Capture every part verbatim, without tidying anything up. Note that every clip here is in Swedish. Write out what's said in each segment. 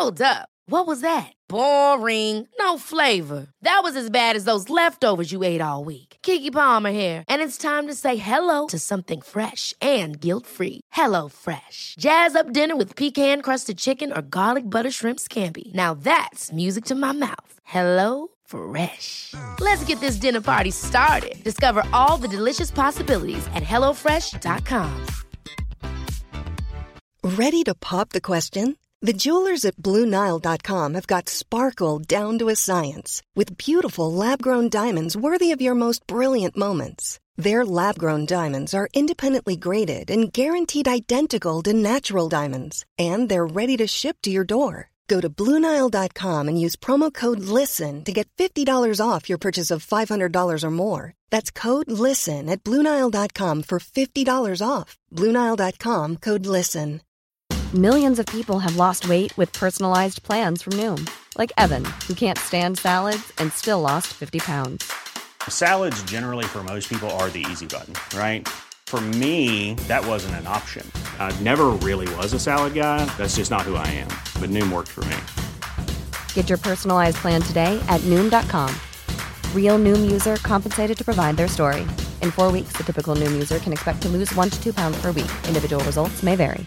Hold up. What was that? Boring. No flavor. That was as bad as those leftovers you ate all week. Keke Palmer here, and it's time to say hello to something fresh and guilt-free. Hello Fresh. Jazz up dinner with pecan-crusted chicken or garlic butter shrimp scampi. Now that's music to my mouth. Hello Fresh. Let's get this dinner party started. Discover all the delicious possibilities at hello fresh dot com. Ready to pop the question? The jewelers at Blue Nile dot com have got sparkle down to a science with beautiful lab-grown diamonds worthy of your most brilliant moments. Their lab-grown diamonds are independently graded and guaranteed identical to natural diamonds, and they're ready to ship to your door. Go to Blue Nile dot com and use promo code LISTEN to get fifty dollars off your purchase of five hundred dollars or more. That's code LISTEN at Blue Nile dot com for fifty dollars off. Blue Nile dot com, code LISTEN. Millions of people have lost weight with personalized plans from Noom. Like Evan, who can't stand salads and still lost fifty pounds. Salads generally for most people are the easy button, right? For me, that wasn't an option. I never really was a salad guy. That's just not who I am. But Noom worked for me. Get your personalized plan today at Noom dot com. Real Noom user compensated to provide their story. In four weeks, the typical Noom user can expect to lose one to two pounds per week. Individual results may vary.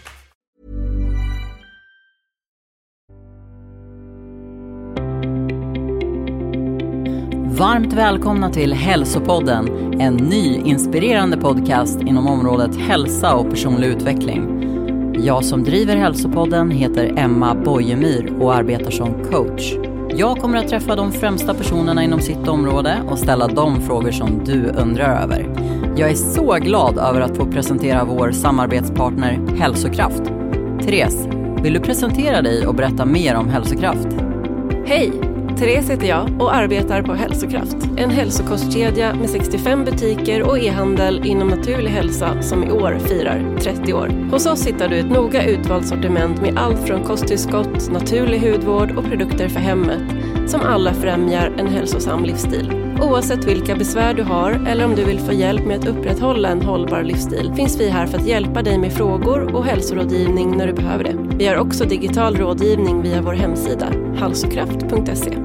Varmt välkomna till Hälsopodden, en ny inspirerande podcast inom området hälsa och personlig utveckling. Jag som driver Hälsopodden heter Emma Bojemyr och arbetar som coach. Jag kommer att träffa de främsta personerna inom sitt område och ställa de frågor som du undrar över. Jag är så glad över att få presentera vår samarbetspartner Hälsokraft. Therese, vill du presentera dig och berätta mer om Hälsokraft? Hej! Therese heter jag och arbetar på Hälsokraft. En hälsokostkedja med sextiofem butiker och e-handel inom naturlig hälsa som i år firar trettio år. Hos oss hittar du ett noga utvalt sortiment med allt från kosttillskott, naturlig hudvård och produkter för hemmet som alla främjar en hälsosam livsstil. Oavsett vilka besvär du har eller om du vill få hjälp med att upprätthålla en hållbar livsstil finns vi här för att hjälpa dig med frågor och hälsorådgivning när du behöver det. Vi har också digital rådgivning via vår hemsida hälsokraft punkt se.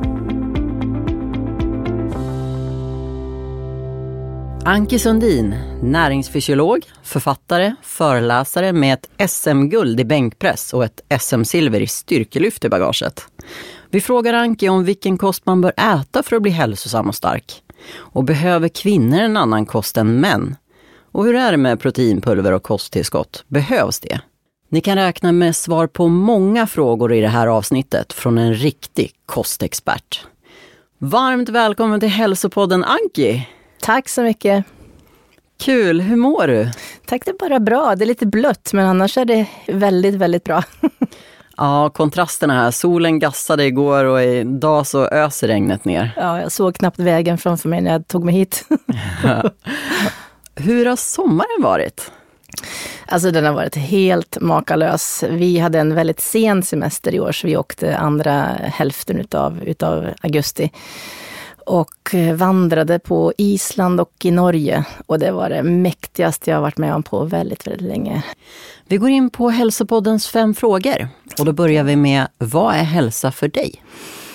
Anki Sundin, näringsfysiolog, författare, föreläsare med ett S M-guld i bänkpress och ett S M-silver i styrkelyft i bagaget. Vi frågar Anki om vilken kost man bör äta för att bli hälsosam och stark. Och behöver kvinnor en annan kost än män? Och hur är det med proteinpulver och kosttillskott? Behövs det? Ni kan räkna med svar på många frågor i det här avsnittet från en riktig kostexpert. Varmt välkommen till Hälsopodden, Anki! Tack så mycket. Kul, hur mår du? Tack, det är bara bra. Det är lite blött, men annars är det väldigt, väldigt bra. Ja, kontrasterna här. Solen gassade igår och idag så öser regnet ner. Ja, jag såg knappt vägen framför mig när jag tog mig hit. Hur har sommaren varit? Alltså den har varit helt makalös. Vi hade en väldigt sen semester i år, så vi åkte andra hälften utav, utav augusti. Och vandrade på Island och i Norge. Och det var det mäktigaste jag har varit med om på väldigt, väldigt länge. Vi går in på Hälsopoddens fem frågor. Och då börjar vi med, vad är hälsa för dig?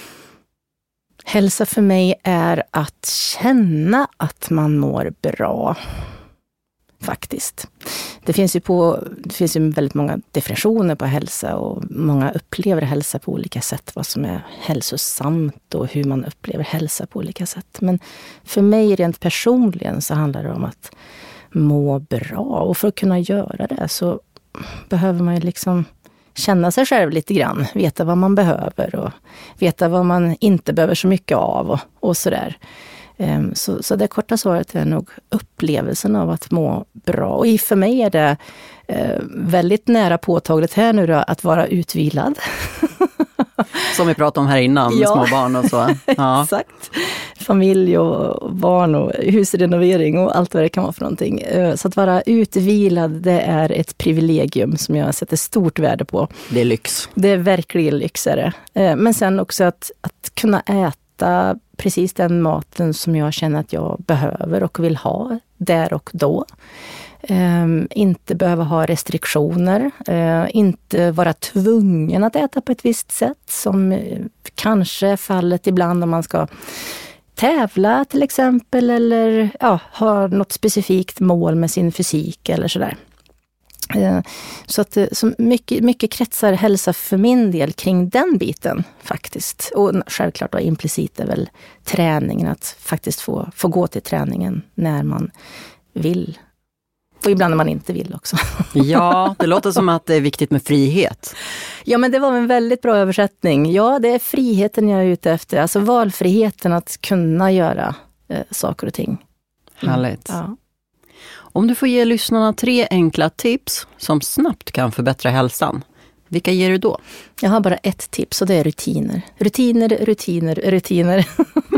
Hälsa för mig är att känna att man mår bra. Faktiskt. Det finns ju på, det finns ju väldigt många definitioner på hälsa och många upplever hälsa på olika sätt, vad som är hälsosamt och hur man upplever hälsa på olika sätt. Men för mig rent personligen så handlar det om att må bra, och för att kunna göra det så behöver man ju liksom känna sig själv lite grann, veta vad man behöver och veta vad man inte behöver så mycket av och, och sådär. Så, så det korta svaret är nog upplevelsen av att må bra. Och för mig är det eh, väldigt nära påtagligt här nu då, att vara utvilad. Som vi pratade om här innan, med ja. små barn och så. Ja. Exakt. Familj och barn och husrenovering och allt vad det kan vara för någonting. Så att vara utvilad, det är ett privilegium som jag sätter stort värde på. Det är lyx. Det är verkligen lyx är det. Men sen också att, att kunna äta precis den maten som jag känner att jag behöver och vill ha där och då. Um, inte behöva ha restriktioner, uh, inte vara tvungen att äta på ett visst sätt som uh, kanske är fallet ibland om man ska tävla till exempel eller ja, ha något specifikt mål med sin fysik eller sådär. Uh, så att så mycket, mycket kretsar hälsa för min del kring den biten faktiskt. Och självklart då implicit är väl träningen, att faktiskt få, få gå till träningen när man vill. Och ibland när man inte vill också. Ja, det låter som att det är viktigt med frihet. Ja, men det var en väldigt bra översättning. Ja, det är friheten jag är ute efter. Alltså valfriheten att kunna göra eh, saker och ting. Mm. Härligt. Ja. Om du får ge lyssnarna tre enkla tips som snabbt kan förbättra hälsan, vilka ger du då? Jag har bara ett tips och det är rutiner. Rutiner, rutiner, rutiner.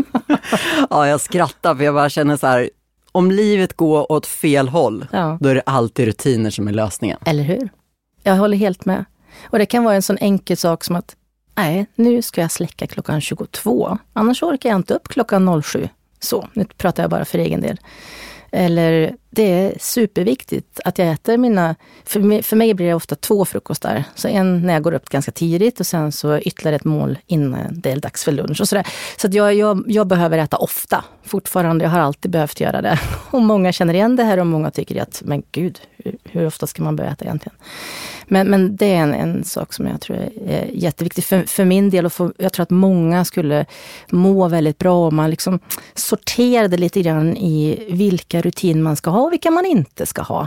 Ja, jag skrattar för jag bara känner så här, om livet går åt fel håll, ja. Då är det alltid rutiner som är lösningen. Eller hur? Jag håller helt med. Och det kan vara en sån enkel sak som att nej, nu ska jag släcka klockan tjugotvå. Annars orkar jag inte upp klockan noll sju. Så, nu pratar jag bara för egen del. Eller det är superviktigt att jag äter mina, för mig, för mig blir det ofta två frukostar. Så en när jag går upp ganska tidigt och sen så ytterligare ett mål innan det är dags för lunch och sådär. Så att jag, jag, jag behöver äta ofta fortfarande, jag har alltid behövt göra det. Och många känner igen det här och många tycker att, men gud, hur, hur ofta ska man börja äta egentligen? Men, men det är en, en sak som jag tror är jätteviktig för, för min del och för, jag tror att många skulle må väldigt bra om man liksom sorterade lite grann i vilka rutiner man ska ha och vilka man inte ska ha.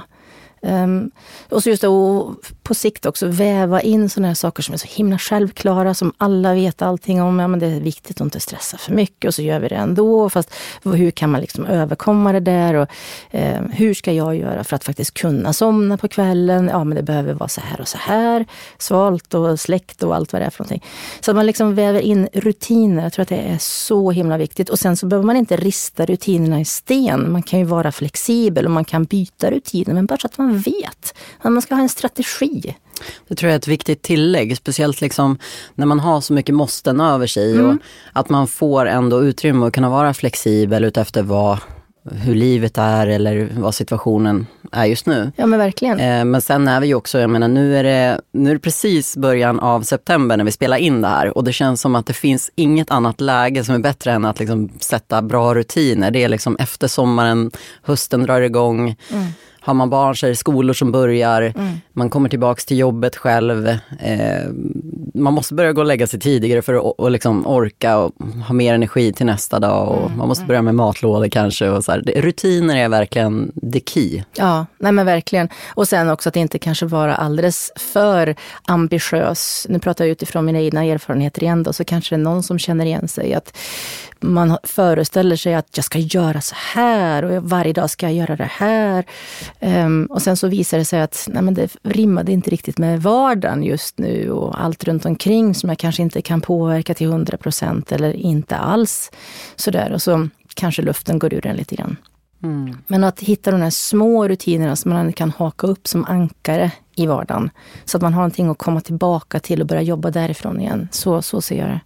Um, och så just det, och på sikt också väva in sådana här saker som är så himla självklara, som alla vet allting om. Ja, men det är viktigt att inte stressa för mycket och så gör vi det ändå. Fast hur kan man liksom överkomma det där och um, hur ska jag göra för att faktiskt kunna somna på kvällen? Ja, men det behöver vara så här och så här, svalt och släckt och allt vad det är för någonting. Så att man liksom väver in rutiner, jag tror att det är så himla viktigt. Och sen så behöver man inte rista rutinerna i sten. Man kan ju vara flexibel och man kan byta rutiner, men bara så att man vet att man ska ha en strategi. Det tror jag är ett viktigt tillägg, speciellt liksom när man har så mycket måsten över sig mm. och att man får ändå utrymme att kunna vara flexibel utefter vad, hur livet är eller vad situationen är just nu. Ja, men verkligen. Eh, men sen är vi ju också, jag menar nu är det nu är det precis början av september när vi spelar in det här och det känns som att det finns inget annat läge som är bättre än att liksom sätta bra rutiner. Det är liksom efter sommaren, hösten drar igång. Mm. Har man barn så är det skolor som börjar. Mm. Man kommer tillbaka till jobbet själv. Eh, man måste börja gå och lägga sig tidigare för att och liksom orka och ha mer energi till nästa dag. Och mm. man måste börja med matlådor kanske. Och så här. Rutiner är verkligen the key. Ja, nej men verkligen. Och sen också att inte kanske vara alldeles för ambitiös. Nu pratar jag utifrån mina egna erfarenheter igen då. Så kanske det är någon som känner igen sig att man föreställer sig att jag ska göra så här och varje dag ska jag göra det här. Um, och sen så visar det sig att nej, men det rimmade inte riktigt med vardagen just nu och allt runt omkring som jag kanske inte kan påverka till hundra procent eller inte alls. Sådär, och så kanske luften går ur den lite grann. Mm. Men att hitta de här små rutinerna som man kan haka upp som ankare i vardagen. Så att man har någonting att komma tillbaka till och börja jobba därifrån igen. Så, så ser jag det.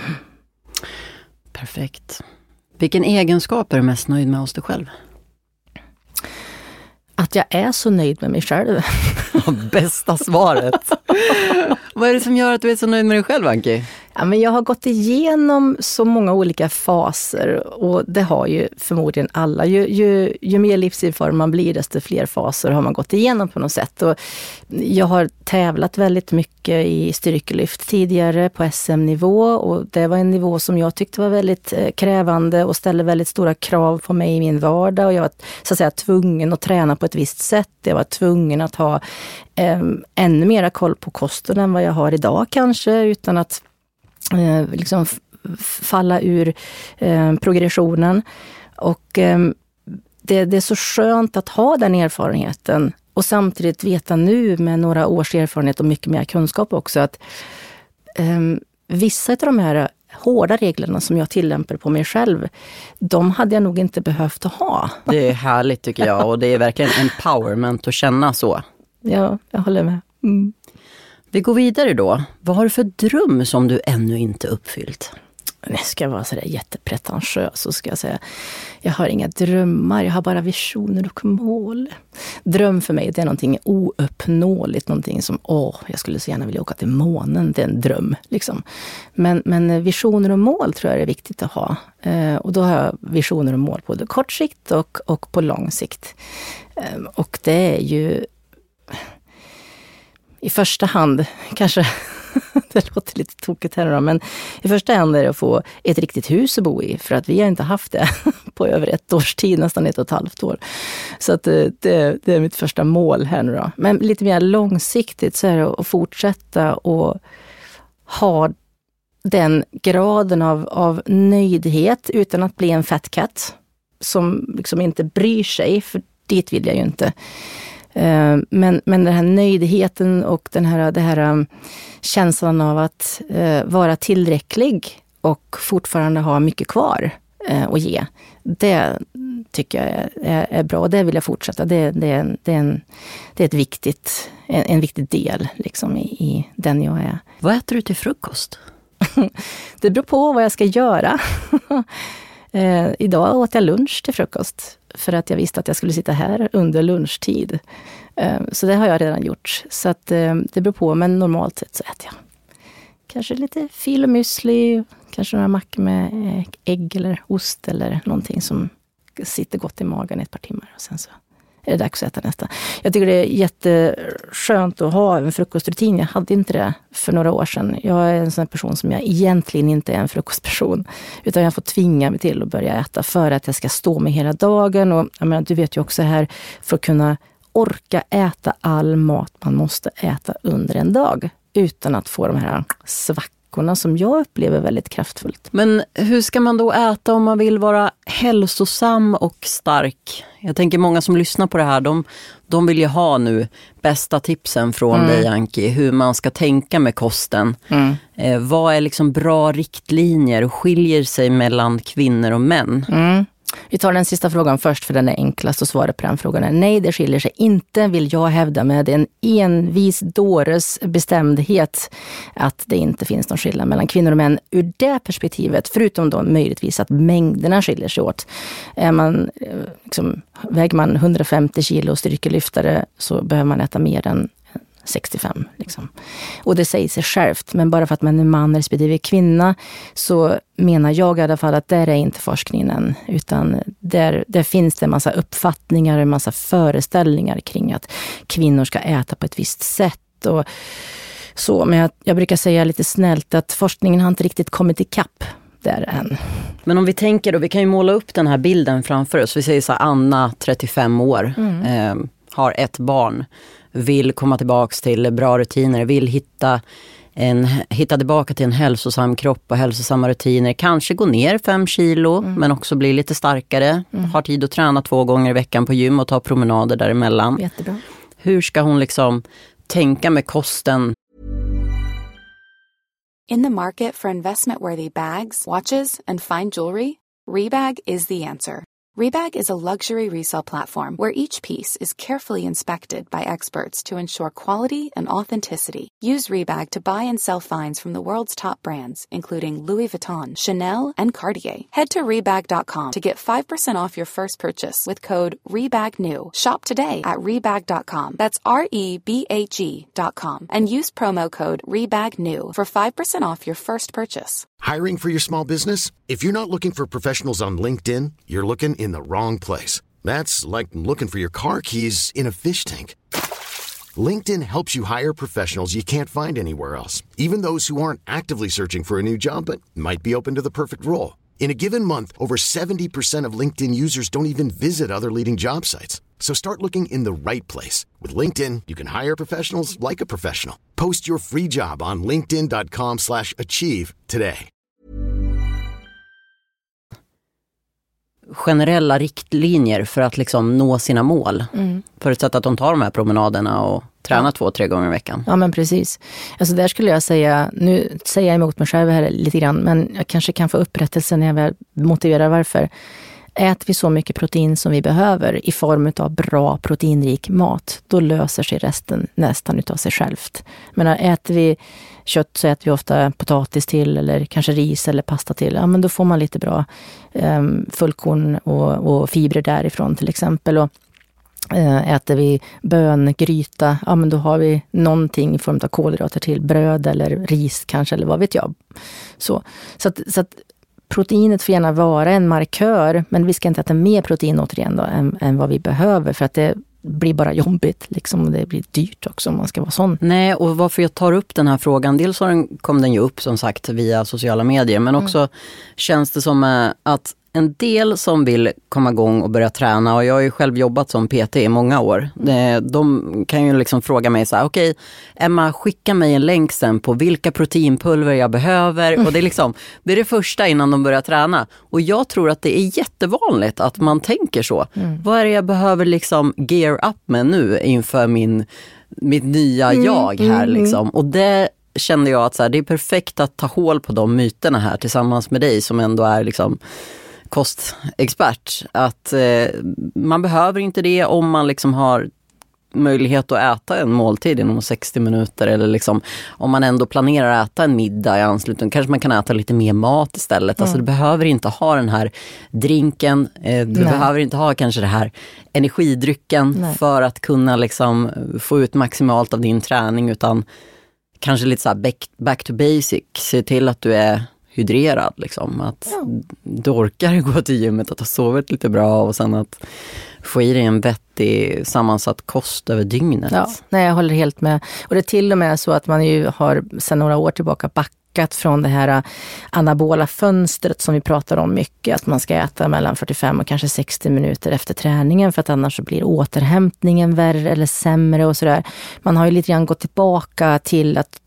Perfekt. Vilken egenskap är du mest nöjd med hos dig själv? Att jag är så nöjd med mig själv. Bästa svaret. Vad är det som gör att du är så nöjd med dig själv, Anki? Ja, men jag har gått igenom så många olika faser och det har ju förmodligen alla. Ju, ju, ju mer livserfaren man blir desto fler faser har man gått igenom på något sätt. Och jag har tävlat väldigt mycket i styrkelyft tidigare på S M-nivå och det var en nivå som jag tyckte var väldigt krävande och ställde väldigt stora krav på mig i min vardag. Och jag var så att säga tvungen att träna på ett visst sätt. Jag var tvungen att ha eh, ännu mera koll på kosten än vad jag har idag kanske, utan att Eh, liksom f- falla ur eh, progressionen. Och eh, det, det är så skönt att ha den erfarenheten och samtidigt veta nu med några års erfarenhet och mycket mer kunskap också att eh, vissa av de här hårda reglerna som jag tillämpar på mig själv, de hade jag nog inte behövt att ha. Det är härligt tycker jag och det är verkligen empowerment att känna så. Ja, jag håller med. Mm. Vi går vidare då. Vad har du för dröm som du ännu inte uppfyllt? jag ska vara så där jättepretentiös så ska jag säga, jag har inga drömmar, jag har bara visioner och mål. Dröm för mig, det är någonting ouppnåeligt, någonting som, åh, jag skulle så gärna vilja åka till månen, det är en dröm liksom. Men, men visioner och mål tror jag är viktigt att ha. Eh, och då har jag visioner och mål på både kort sikt och, och på lång sikt. Eh, och det är ju i första hand kanske det låter lite tokigt här då, men i första hand är det att få ett riktigt hus att bo i, för att vi har inte haft det på över ett års tid, nästan ett och ett halvt år. Så att det, det är mitt första mål här nu då. Men lite mer långsiktigt så är det att fortsätta och ha den graden av, av nöjdhet utan att bli en fat cat som liksom inte bryr sig, för dit vill jag ju inte. Men, men den här nöjdheten och den här, det här känslan av att uh, vara tillräcklig och fortfarande ha mycket kvar uh, att ge, det tycker jag är, är, är bra och det vill jag fortsätta. Det, det, är, en, det, är, en, det är ett viktigt, en, en viktig del liksom, i, i den jag är. Vad äter du till frukost? Det beror på vad jag ska göra. uh, idag åt jag lunch till frukost. För att jag visste att jag skulle sitta här under lunchtid. Så det har jag redan gjort. Så att det beror på, men normalt sett så äter jag kanske lite fil och müsli, kanske några mackor med ägg eller ost eller någonting som sitter gott i magen i ett par timmar. Och sen så är det dags att äta nästa. Jag tycker det är jätteskönt att ha en frukostrutin. Jag hade inte det för några år sedan. Jag är en sån person som jag egentligen inte är en frukostperson. Utan jag får tvinga mig till att börja äta för att jag ska stå med hela dagen. Och jag menar, du vet ju också här, för att kunna orka äta all mat man måste äta under en dag. Utan att få de här svackorna som jag upplever väldigt kraftfullt. Men hur ska man då äta om man vill vara hälsosam och stark? Jag tänker många som lyssnar på det här, de, de vill ju ha nu bästa tipsen från mm. dig, Anki, hur man ska tänka med kosten. Mm. Eh, vad är liksom bra riktlinjer och skiljer sig mellan kvinnor och män? Mm. Vi tar den sista frågan först, för den är enklast att svara på den frågan. Är nej, det skiljer sig inte, vill jag hävda med en envis dåres bestämdhet att det inte finns någon skillnad mellan kvinnor och män ur det perspektivet, förutom då möjligtvis att mängderna skiljer sig åt. Är man, liksom, väger man hundrafemtio kilo styrkelyftare så behöver man äta mer än sextiofem. Liksom. Och det säger sig självt, men bara för att man är man respektive kvinna så menar jag i alla fall att där är inte forskningen än, utan där, där finns det en massa uppfattningar, en massa föreställningar kring att kvinnor ska äta på ett visst sätt och så. Men jag, jag brukar säga lite snällt att forskningen har inte riktigt kommit ikapp där än. Men om vi tänker då, vi kan ju måla upp den här bilden framför oss. Vi säger så här, Anna, trettiofem år, mm. eh, har ett barn, vill komma tillbaka till bra rutiner, vill hitta, en, hitta tillbaka till en hälsosam kropp och hälsosamma rutiner. Kanske gå ner fem kilo, mm. men också bli lite starkare. Mm. Har tid att träna två gånger i veckan på gym och ta promenader däremellan. Jättebra. Hur ska hon liksom tänka med kosten? In the market for investment-worthy bags, watches, and fine jewelry, Rebag is the answer. Rebag is a luxury resale platform where each piece is carefully inspected by experts to ensure quality and authenticity. Use Rebag to buy and sell finds from the world's top brands, including Louis Vuitton, Chanel, and Cartier. Head to Rebag dot com to get five percent off your first purchase with code REBAGNEW. Shop today at Rebag dot com. That's R E B A G dot com. And use promo code REBAGNEW for five percent off your first purchase. Hiring for your small business? If you're not looking for professionals on LinkedIn, you're looking in the wrong place. That's like looking for your car keys in a fish tank. LinkedIn helps you hire professionals you can't find anywhere else, even those who aren't actively searching for a new job but might be open to the perfect role. In a given month, over seventy percent of LinkedIn users don't even visit other leading job sites. So start looking in the right place. With LinkedIn, you can hire professionals like a professional. Post your free job on linkedin dot com slash achieve today. Generella riktlinjer för att liksom nå sina mål. Mm. Förutsatt att de tar de här promenaderna och tränar ja. två, tre gånger i veckan. Ja, men precis. Alltså där skulle jag säga, nu säger jag emot mig själv här lite grann, men jag kanske kan få upprättelse när jag väl motiverar varför. äter vi så mycket protein som vi behöver i form av bra proteinrik mat, då löser sig resten nästan utav sig självt. Men äter vi kött så äter vi ofta potatis till eller kanske ris eller pasta till. Ja, men då får man lite bra um, fullkorn och, och fibrer därifrån till exempel. Och äter vi bön, gryta, ja men då har vi någonting i form av kolhydrater till, bröd eller ris kanske, eller vad vet jag. Så, så, att, så att proteinet får gärna vara en markör, men vi ska inte äta mer protein återigen då, än, än vad vi behöver, för att det blir bara jobbigt liksom, och det blir dyrt också om man ska vara sån. Nej, och varför jag tar upp den här frågan, dels så den, kom den ju upp som sagt via sociala medier, men också mm. känns det som att en del som vill komma igång och börja träna, och jag har ju själv jobbat som P T i många år. De kan ju liksom fråga mig så här: okej, okay, Emma, skicka mig en länk sen på vilka proteinpulver jag behöver. Mm. Och det är liksom, det är det första innan de börjar träna. Och jag tror att det är jättevanligt att man tänker så. Mm. Vad är det jag behöver liksom gear up med nu inför min, mitt nya mm. jag här liksom. Och det kände jag att så här, det är perfekt att ta hål på de myterna här tillsammans med dig som ändå är liksom kostexpert, att eh, man behöver inte det om man liksom har möjlighet att äta en måltid inom sextio minuter, eller liksom om man ändå planerar att äta en middag i anslutning, kanske man kan äta lite mer mat istället. Mm. Alltså du behöver inte ha den här drinken, eh, du Nej. behöver inte ha kanske det här energidrycken Nej. för att kunna liksom få ut maximalt av din träning, utan kanske lite så här back, back to basic, se till att du är hydrerad liksom, att ja. du orkar gå till gymmet, att ha sovit lite bra och sen att få i dig en vettig sammansatt kost över dygnet. Ja, nej, jag håller helt med. Och det är till och med så att man ju har sedan några år tillbaka backat från det här anabola fönstret som vi pratar om mycket, att man ska äta mellan fyrtiofem och kanske sextio minuter efter träningen, för att annars så blir återhämtningen värre eller sämre och sådär. Man har ju lite grann gått tillbaka till att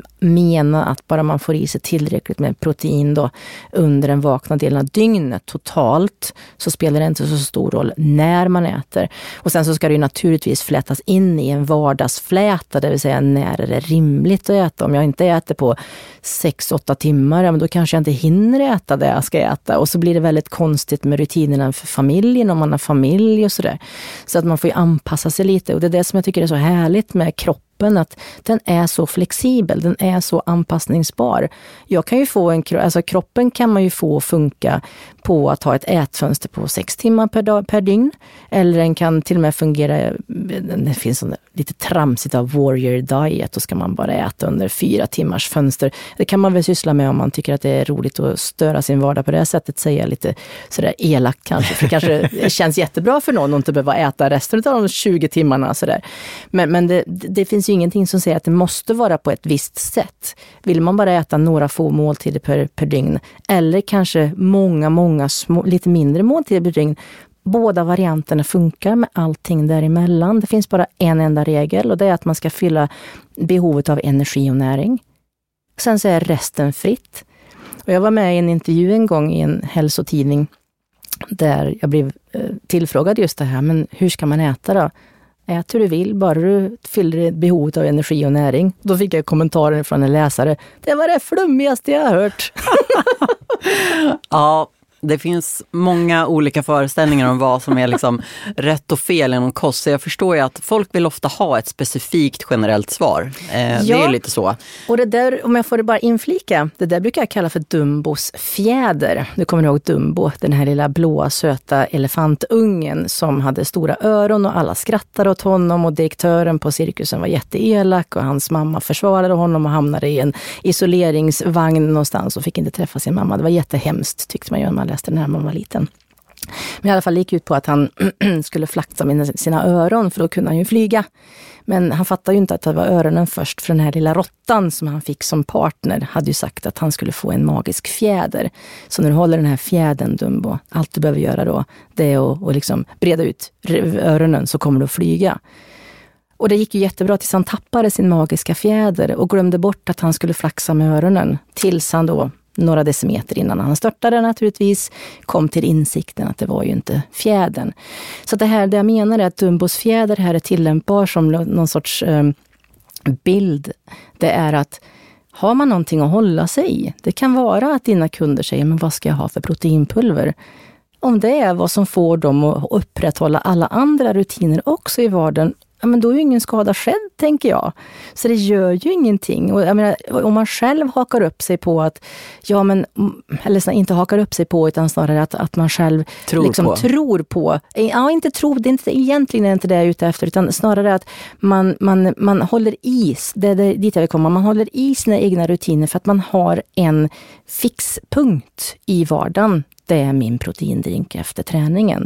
mena att bara man får i sig tillräckligt med protein då under den vakna delen av dygnet totalt, så spelar det inte så stor roll när man äter. Och sen så ska det ju naturligtvis flätas in i en vardagsfläta, det vill säga när är det rimligt att äta. Om jag inte äter på sex åtta timmar, men då kanske jag inte hinner äta det jag ska äta, och så blir det väldigt konstigt med rutinerna för familjen om man har familj och sådär. Så att man får ju anpassa sig lite, och det är det som jag tycker är så härligt med kroppen, att den är så flexibel, den är så anpassningsbar. Jag kan ju få en, alltså kroppen kan man ju få funka på att ha ett ätfönster på sex timmar per dag, per dygn, eller den kan till och med fungera, det finns sån lite tramsigt av warrior diet, och ska man bara äta under fyra timmars fönster. Det kan man väl syssla med om man tycker att det är roligt att störa sin vardag på det här sättet, säga lite sådär elakt kanske, för kanske det känns jättebra för någon att inte behöva äta resten av de tjugo timmarna sådär. Men, men det, det finns ju ingenting som säger att det måste vara på ett visst sätt. Vill man bara äta några få måltider per, per dygn, eller kanske många, många små, lite mindre måltider per dygn, båda varianterna funkar med allting däremellan. Det finns bara en enda regel, och det är att man ska fylla behovet av energi och näring. Sen så är resten fritt. Och jag var med i en intervju en gång i en hälsotidning där jag blev tillfrågad just det här, men hur ska man äta då? Ät hur du vill, bara du fyller behovet av energi och näring. Då fick jag kommentarer från en läsare: det var det flummigaste jag har hört. Ja, det finns många olika föreställningar om vad som är liksom rätt och fel inom kost. Så jag förstår ju att folk vill ofta ha ett specifikt generellt svar. Eh, ja, det är lite så. Och det där, om jag får det bara inflika, det där brukar jag kalla för Dumbos fjäder. Du kommer ihåg Dumbo, den här lilla blåa söta elefantungen som hade stora öron, och alla skrattade åt honom, och direktören på cirkusen var jätteelak, och hans mamma försvarade honom och hamnade i en isoleringsvagn någonstans och fick inte träffa sin mamma. Det var jättehemskt, tyckte man ju när man läste den här när man var liten. Men i alla fall gick ut på att han skulle flakta med sina öron, för då kunde han ju flyga. Men han fattade ju inte att det var öronen först, för den här lilla råttan som han fick som partner hade ju sagt att han skulle få en magisk fjäder. Så när du håller den här fjädern, Dumbo, allt du behöver göra då, det är att, att liksom breda ut öronen, så kommer du att flyga. Och det gick ju jättebra tills han tappade sin magiska fjäder och glömde bort att han skulle flaxa med öronen, tills han då några decimeter innan han störtade naturligtvis kom till insikten att det var ju inte fjädern. Så det här, det jag menar är att Dumbos fjäder här är tillämpbar som någon sorts eh, bild. Det är att har man någonting att hålla sig i, det kan vara att dina kunder säger, men vad ska jag ha för proteinpulver? om det är vad som får dem att upprätthålla alla andra rutiner också i vardagen, ja, men då är ju ingen skada skedd, tänker jag. Så det gör ju ingenting. Och jag menar, om man själv hakar upp sig på att, ja men, eller inte hakar upp sig på, utan snarare att, att man själv tror, liksom på. tror på. Ja, inte tror, det är inte, egentligen är inte det jag är ute efter, utan snarare att man, man, man håller i, det är dit jag vill komma, man håller i sina egna rutiner för att man har en fixpunkt i vardagen. Det är min proteindrink efter träningen.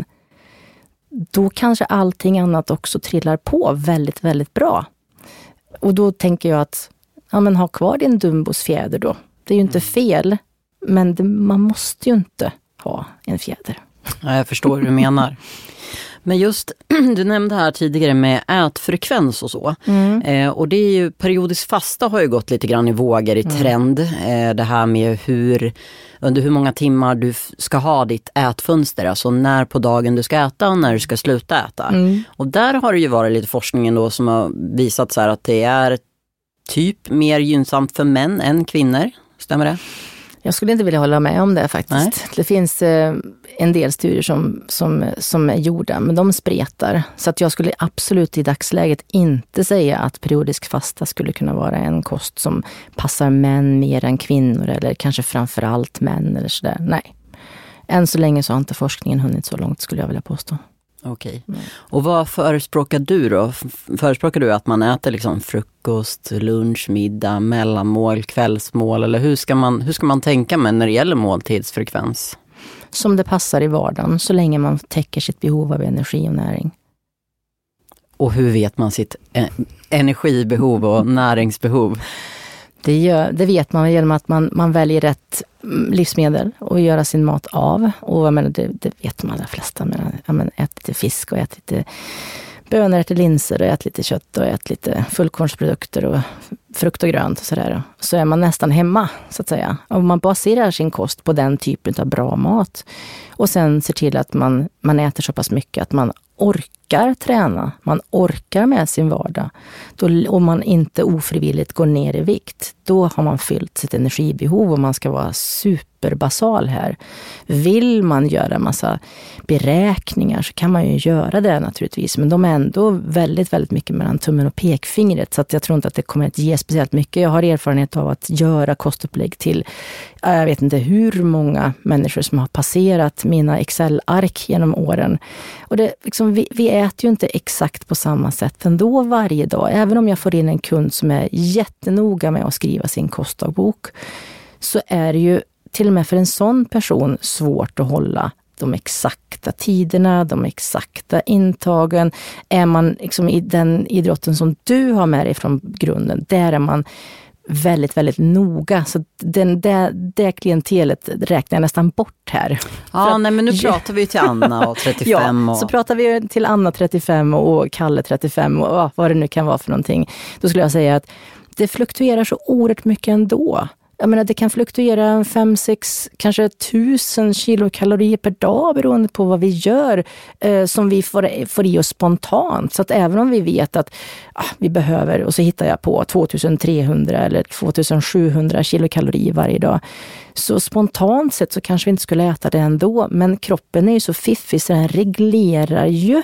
Då kanske allting annat också trillar på väldigt, väldigt bra. Och då tänker jag att, ja men ha kvar din Dumbos fjäder då. Det är ju inte fel, men det, man måste ju inte ha en fjäder. Ja, jag förstår hur du menar. Men just, du nämnde här tidigare med ätfrekvens och så. Mm. Eh, och det är ju, periodisk fasta har ju gått lite grann i vågor i trend. Mm. Eh, det här med hur, under hur många timmar du f- ska ha ditt ätfönster. Alltså när på dagen du ska äta och när du ska sluta äta. Mm. Och där har det ju varit lite forskning då som har visat så här att det är typ mer gynnsamt för män än kvinnor. Stämmer det? Jag skulle inte vilja hålla med om det faktiskt. Nej. Det finns eh, en del studier som, som, som är gjorda, men de spretar. Så att jag skulle absolut i dagsläget inte säga att periodisk fasta skulle kunna vara en kost som passar män mer än kvinnor, eller kanske framförallt män eller sådär. Nej. Än så länge så har inte forskningen hunnit så långt, skulle jag vilja påstå. Okej. Mm. Och vad förespråkar du då? Förespråkar du att man äter liksom frukost, lunch, middag, mellanmål, kvällsmål? Eller hur ska man, hur ska man tänka med när det gäller måltidsfrekvens? Som det passar i vardagen, så länge man täcker sitt behov av energi och näring. Och hur vet man sitt eh, energibehov och näringsbehov? Det, gör, det vet man genom att man, man väljer rätt livsmedel och göra sin mat av. Och jag menar, det, det vet man de flesta. Men, jag menar, ät lite fisk och ät lite bönor, ät lite linser och ät lite kött och ät lite fullkornsprodukter och frukt och grönt och sådär. Så är man nästan hemma, så att säga. Om man baserar sin kost på den typen av bra mat. Och sen ser till att man, man äter så pass mycket att man orkar träna, man orkar med sin vardag. Då, om man inte ofrivilligt går ner i vikt, då har man fyllt sitt energibehov och man ska vara superbasal här. Vill man göra massa beräkningar så kan man ju göra det naturligtvis, men de är ändå väldigt, väldigt mycket mellan tummen och pekfingret, så att jag tror inte att det kommer att ge speciellt mycket. Jag har erfarenhet av att göra kostupplägg till, jag vet inte hur många människor som har passerat mina Excel-ark genom åren. Och det, liksom, vi, vi äter ju inte exakt på samma sätt ändå varje dag. Även om jag får in en kund som är jättenoga med att skriva sin kostdagbok, så är det ju till och med för en sån person svårt att hålla de exakta tiderna, de exakta intagen. Är man liksom i den idrotten som du har med dig från grunden, där är man väldigt, väldigt noga. Så den, det, det klientelet räknar jag nästan bort här. Ja, att, nej, men nu pratar vi till Anna och trettiofem. Ja, och... så pratar vi till Anna trettiofem och Kalle trettiofem och vad det nu kan vara för någonting. Då skulle jag säga att det fluktuerar så oerhört mycket ändå. Jag menar, det kan fluktuera fem, sex, kanske tusen kilokalorier per dag beroende på vad vi gör eh, som vi får, får i oss spontant. Så att även om vi vet att ah, vi behöver, och så hittar jag på tvåtusentrehundra eller tvåtusensjuhundra kilokalorier varje dag, så spontant sett så kanske vi inte skulle äta det ändå. Men kroppen är ju så fiffig så den reglerar ju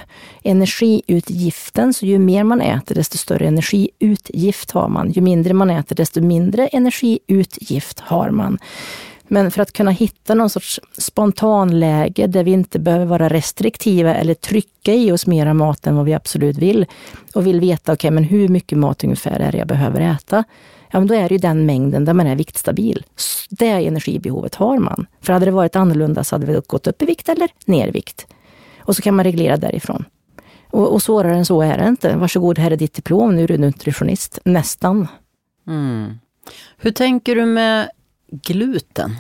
energiutgiften. Så ju mer man äter desto större energiutgift har man. Ju mindre man äter desto mindre energiutgift har man. Men för att kunna hitta någon sorts spontanläge där vi inte behöver vara restriktiva eller trycka i oss mera mat än vad vi absolut vill, och vill veta, okej, okay, men hur mycket mat ungefär är det jag behöver äta? Ja, men då är det ju den mängden där man är viktstabil. Det energibehovet har man. För hade det varit annorlunda så hade vi gått upp i vikt eller ner i vikt. Och så kan man reglera därifrån. Och, och svårare än så är det inte. Varsågod, här är ditt diplom, nu är du nutritionist. Nästan. Mm. Hur tänker du med gluten?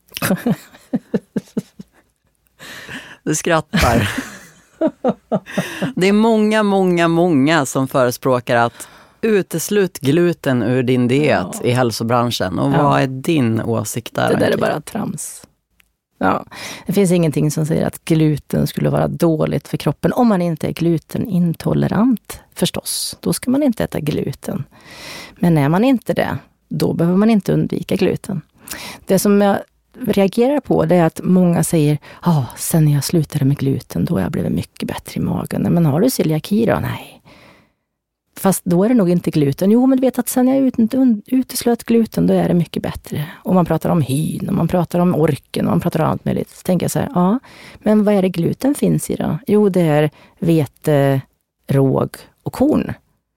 Du skrattar. Det är många, många, många som förespråkar att uteslut gluten ur din diet ja. i hälsobranschen. Och ja. vad är din åsikt där? Det där är bara trams. Ja. Det finns ingenting som säger att gluten skulle vara dåligt för kroppen om man inte är glutenintolerant, förstås. Då ska man inte äta gluten. Men är man inte det, då behöver man inte undvika gluten. Det som jag reagerar på det är att många säger ja, ah, sen när jag slutade med gluten då har jag blivit mycket bättre i magen. Men har du celiaki då? Nej. Fast då är det nog inte gluten. Jo, men du vet att sen jag ut, uteslöt gluten då är det mycket bättre. Och man pratar om hyn och man pratar om orken och man pratar om allt möjligt. Så tänker jag så här, ja, men vad är det gluten finns i då? Jo, det är vete, råg och korn.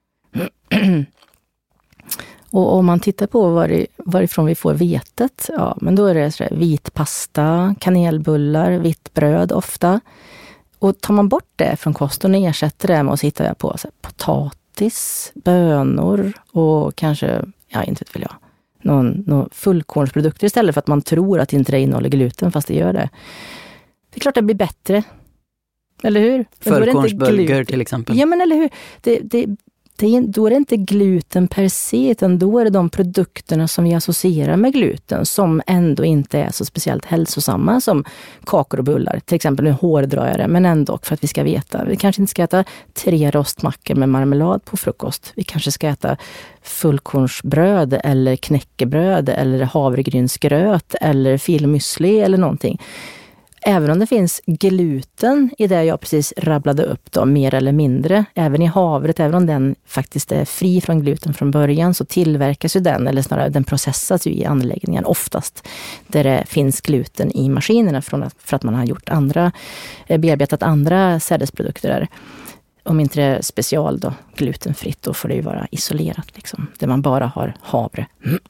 Och om man tittar på var, varifrån vi får vetet, ja, men då är det så där, vit pasta, kanelbullar, vitt bröd ofta. Och tar man bort det från kosten och ersätter det med att sitta på så här, potatis, bönor och kanske, ja inte vet väl jag, någon, någon fullkornsprodukter istället för att man tror att inte det innehåller gluten fast det gör det. Det är klart det blir bättre. Eller hur? Fullkornsburger till exempel. Ja men eller hur? Det, det, det, då är det inte gluten per se utan då är det de produkterna som vi associerar med gluten som ändå inte är så speciellt hälsosamma som kakor och bullar. Till exempel nu hårdrar jag det, men ändå för att vi ska veta. Vi kanske inte ska äta tre rostmackor med marmelad på frukost. Vi kanske ska äta fullkornsbröd eller knäckebröd eller havregrynsgröt eller filmüsli eller någonting. Även om det finns gluten i det jag precis rabblade upp då, mer eller mindre, även i havret, även om den faktiskt är fri från gluten från början så tillverkas ju den, eller snarare den processas ju i anläggningen oftast där det finns gluten i maskinerna från att, för att man har gjort andra, bearbetat andra sädesprodukter där. Om inte det är special då, glutenfritt, då får det ju vara isolerat liksom, där man bara har havre.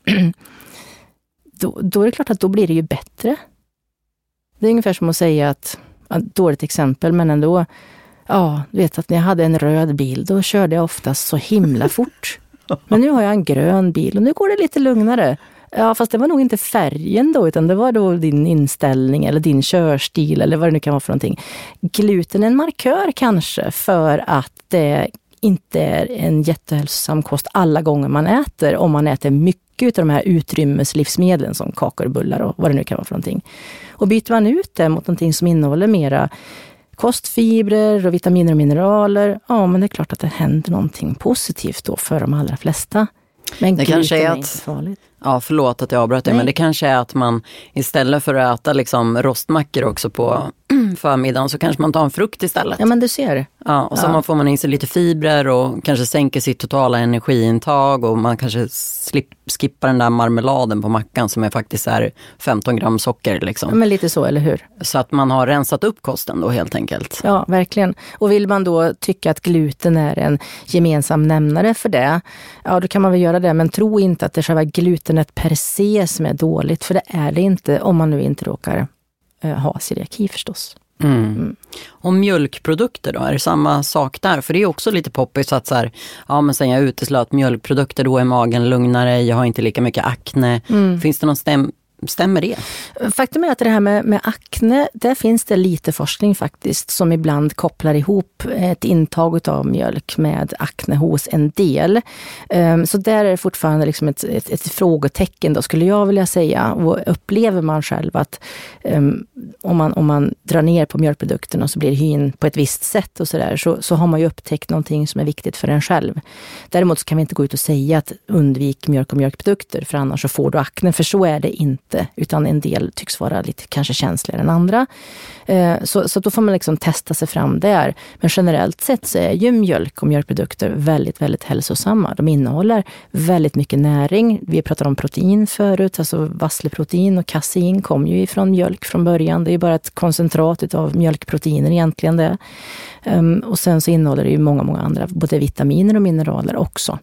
då, då är det klart att då blir det ju bättre. Det är ungefär som att säga att, ett dåligt exempel, men ändå, ja, du vet att när jag hade en röd bil, då körde jag oftast så himla fort. Men nu har jag en grön bil och nu går det lite lugnare. Ja, fast det var nog inte färgen då, utan det var då din inställning eller din körstil eller vad det nu kan vara för någonting. Gluten är en markör kanske för att det inte är en jättehälsosam kost alla gånger man äter, om man äter mycket av de här utrymmeslivsmedlen som kakor och bullar och vad det nu kan vara för någonting. Och byter man ut det mot någonting som innehåller mera kostfibrer och vitaminer och mineraler, ja men det är klart att det händer någonting positivt då för de allra flesta. Men det kanske är är att, inte farligt. Ja, förlåt att jag avbröt dig, men det kanske är att man istället för att äta liksom rostmackor också på förmiddagen så kanske man tar en frukt istället. Ja, men du ser. Ja, och så ja. man får man in sig lite fibrer och kanske sänker sitt totala energiintag och man kanske slip, skippar den där marmeladen på mackan som är faktiskt är femton gram socker liksom. Ja, men lite så, eller hur? Så att man har rensat upp kosten då helt enkelt. Ja, verkligen. Och vill man då tycka att gluten är en gemensam nämnare för det, ja då kan man väl göra det, men tro inte att det själva glutenet per se som är dåligt, för det är det inte om man nu inte råkar eh, ha celiaki förstås. Mm. Mm. Och mjölkprodukter då, är det samma sak där? För det är också lite poppigt så att så här, ja men sen jag uteslöt mjölkprodukter då är magen lugnare, jag har inte lika mycket akne. Mm. Finns det någon stäm Stämmer det? Faktum är att det här med, med akne, där finns det lite forskning faktiskt som ibland kopplar ihop ett intag av mjölk med akne hos en del. Um, så där är det fortfarande liksom ett, ett, ett frågetecken då, skulle jag vilja säga. Och upplever man själv att um, om, man, om man drar ner på mjölkprodukterna så blir hyn på ett visst sätt och sådär, så, så har man ju upptäckt någonting som är viktigt för en själv. Däremot så kan vi inte gå ut och säga att undvik mjölk och mjölkprodukter för annars så får du akne, för så är det inte. Utan en del tycks vara lite kanske känsligare än andra. Eh, så, så då får man liksom testa sig fram där. Men generellt sett så är ju mjölk och mjölkprodukter väldigt, väldigt hälsosamma. De innehåller väldigt mycket näring. Vi pratade om protein förut, alltså vassleprotein och kasein kom ju ifrån mjölk från början. Det är ju bara ett koncentrat av mjölkproteiner egentligen det. Um, och sen så innehåller det ju många, många andra, både vitaminer och mineraler också.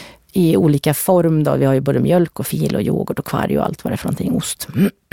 I olika form då. Vi har ju både mjölk och fil och yoghurt och kvarg och allt vad det är för någonting, ost.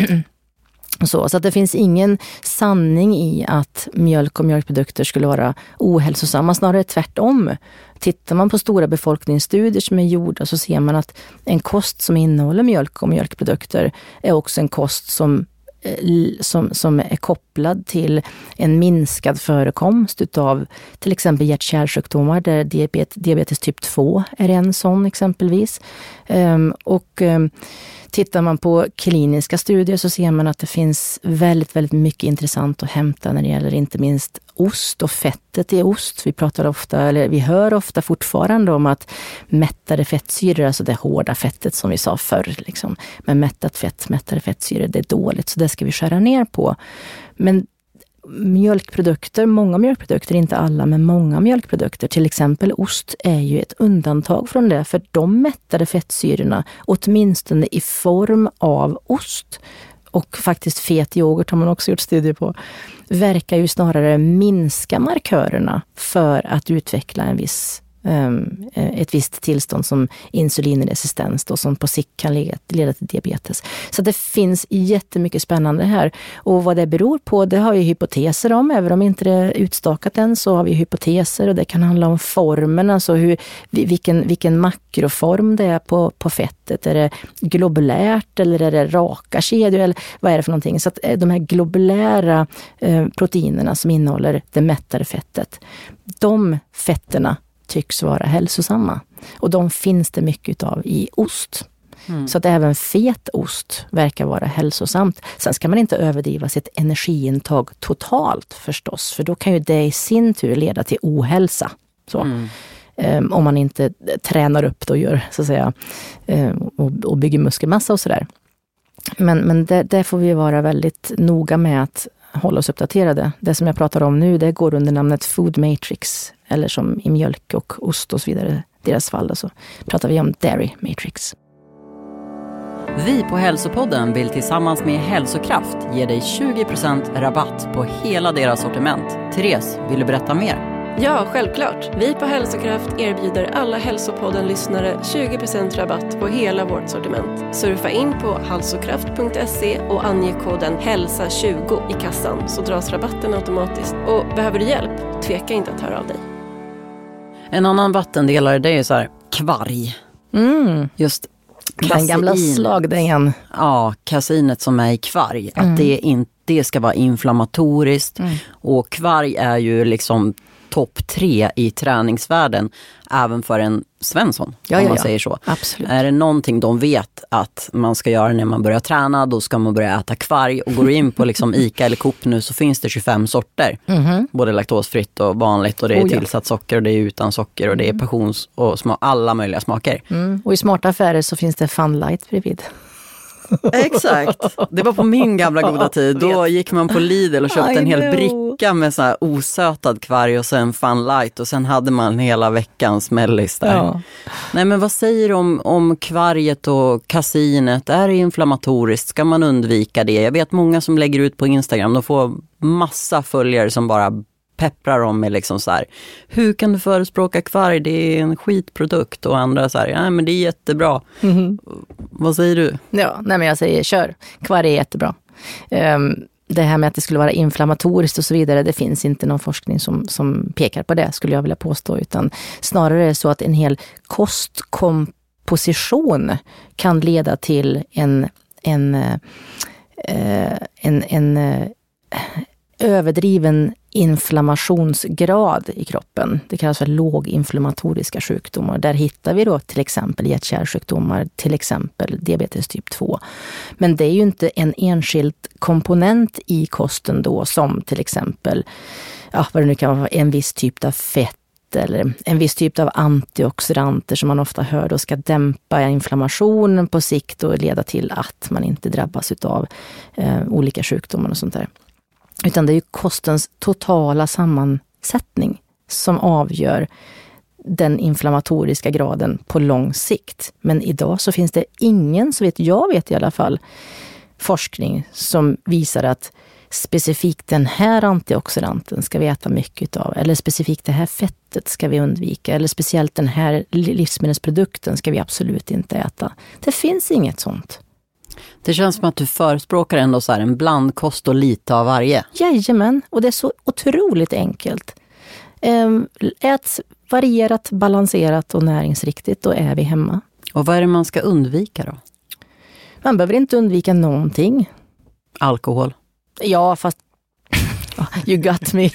Så, så att det finns ingen sanning i att mjölk och mjölkprodukter skulle vara ohälsosamma, snarare tvärtom. Tittar man på stora befolkningsstudier som är gjorda så ser man att en kost som innehåller mjölk och mjölkprodukter är också en kost som Som, som är kopplad till en minskad förekomst utav till exempel hjärt-kärlsjukdomar, där diabetes, diabetes typ två är en sån exempelvis. Um, och um, tittar man på kliniska studier så ser man att det finns väldigt, väldigt mycket intressant att hämta när det gäller inte minst ost och fettet i ost. Vi pratar ofta, eller vi hör ofta fortfarande om att mättade fettsyror, alltså det hårda fettet som vi sa förr, liksom. Men mättat fett, mättade fettsyror, det är dåligt, så det ska vi skära ner på. Men mjölkprodukter, många mjölkprodukter, inte alla, men många mjölkprodukter, till exempel ost, är ju ett undantag från det, för de mättade fettsyrorna, åtminstone i form av ost, och faktiskt fet yoghurt har man också gjort studier på, verkar ju snarare minska markörerna för att utveckla en viss, um, ett visst tillstånd som insulinresistens då, som på sikt kan leda, leda till diabetes. Så det finns jättemycket spännande här. Och vad det beror på, det har vi hypoteser om. Även om inte det är utstakat än, så har vi hypoteser, och det kan handla om formen, alltså hur, vilken, vilken makroform det är på, på fettet. Är det globulärt eller är det raka kedjor, eller vad är det för någonting? Så att de här globulära eh, proteinerna som innehåller det mättade fettet, de fetterna tycks vara hälsosamma. Och de finns det mycket av i ost. Mm. Så att även fet ost verkar vara hälsosamt. Sen ska man inte överdriva sitt energiintag totalt förstås. För då kan ju det i sin tur leda till ohälsa. Så. Mm. Um, om man inte tränar upp det och gör, så att säga, um, och, och bygger muskelmassa och sådär. Men, men det, det får vi vara väldigt noga med att hålla oss uppdaterade. Det som jag pratar om nu, det går under namnet Food Matrix, eller som i mjölk och ost och så vidare, deras fall, så pratar vi om Dairy Matrix. Vi på Hälsopodden vill tillsammans med Hälsokraft ge dig tjugo procent rabatt på hela deras sortiment. Therese, vill du berätta mer? Ja, självklart. Vi på Hälsokraft erbjuder alla Hälsopodden-lyssnare tjugo procent rabatt på hela vårt sortiment. Surfa in på hälsokraft punkt se och ange koden hälsa tjugo i kassan, så dras rabatten automatiskt. Och behöver du hjälp, tveka inte att höra av dig. En annan vattendelare, det är så här kvarg. Mm. Just kasein. Den gamla slagdängan. Ja, kaseinet som är i kvarg. Mm. Att det inte det ska vara inflammatoriskt. Mm. Och kvarg är ju liksom topp tre i träningsvärlden, även för en Svensson, ja, om ja, man ja. säger så. Absolut. Är det någonting de vet att man ska göra när man börjar träna, då ska man börja äta kvarg. Och går du in på liksom Ica eller Coop nu, så finns det tjugofem sorter. Mm-hmm. Både laktosfritt och vanligt, och det är oh, ja. tillsatt socker och det är utan socker och det är passions- och sma- alla möjliga smaker. Mm. Och i smarta affärer så finns det Fun Light bredvid. Exakt. Det var på min gamla goda tid. Då gick man på Lidl och köpte en hel bricka med så här osötad kvarg och sen Fun Light, och sen hade man hela veckans mellis där. Ja. Nej, men vad säger du om, om kvarget och kaseinet? Är det inflammatoriskt? Ska man undvika det? Jag vet många som lägger ut på Instagram, de får massa följare som bara pepprar dem med liksom så här: hur kan du förespråka kvarg? Det är en skitprodukt. Och andra så här: ja, men det är jättebra. Mm-hmm. Vad säger du? Ja, nej, men jag säger kör. Kvarg är jättebra. Um, det här med att det skulle vara inflammatoriskt och så vidare, det finns inte någon forskning som, som pekar på det, skulle jag vilja påstå, utan snarare är det så att en hel kostkomposition kan leda till en en uh, en, en uh, överdriven inflammationsgrad i kroppen. Det kallas för låginflammatoriska sjukdomar. Där hittar vi då till exempel hjärt-kärlsjukdomar, till exempel diabetes typ två. Men det är ju inte en enskild komponent i kosten då, som till exempel, ja, vad det nu kan vara, en viss typ av fett eller en viss typ av antioxidanter som man ofta hör då ska dämpa inflammationen på sikt och leda till att man inte drabbas av eh, olika sjukdomar och sånt där. Utan det är ju kostens totala sammansättning som avgör den inflammatoriska graden på lång sikt. Men idag så finns det ingen, så vet jag vet i alla fall, forskning som visar att specifikt den här antioxidanten ska vi äta mycket av, eller specifikt det här fettet ska vi undvika, eller speciellt den här livsmedelsprodukten ska vi absolut inte äta. Det finns inget sånt. Det känns som att du förespråkar ändå så här en blandkost och lite av varje. Jajamän, och det är så otroligt enkelt. Ät varierat, balanserat och näringsriktigt, då är vi hemma. Och vad är det man ska undvika då? Man behöver inte undvika någonting. Alkohol? Ja, fast you got me.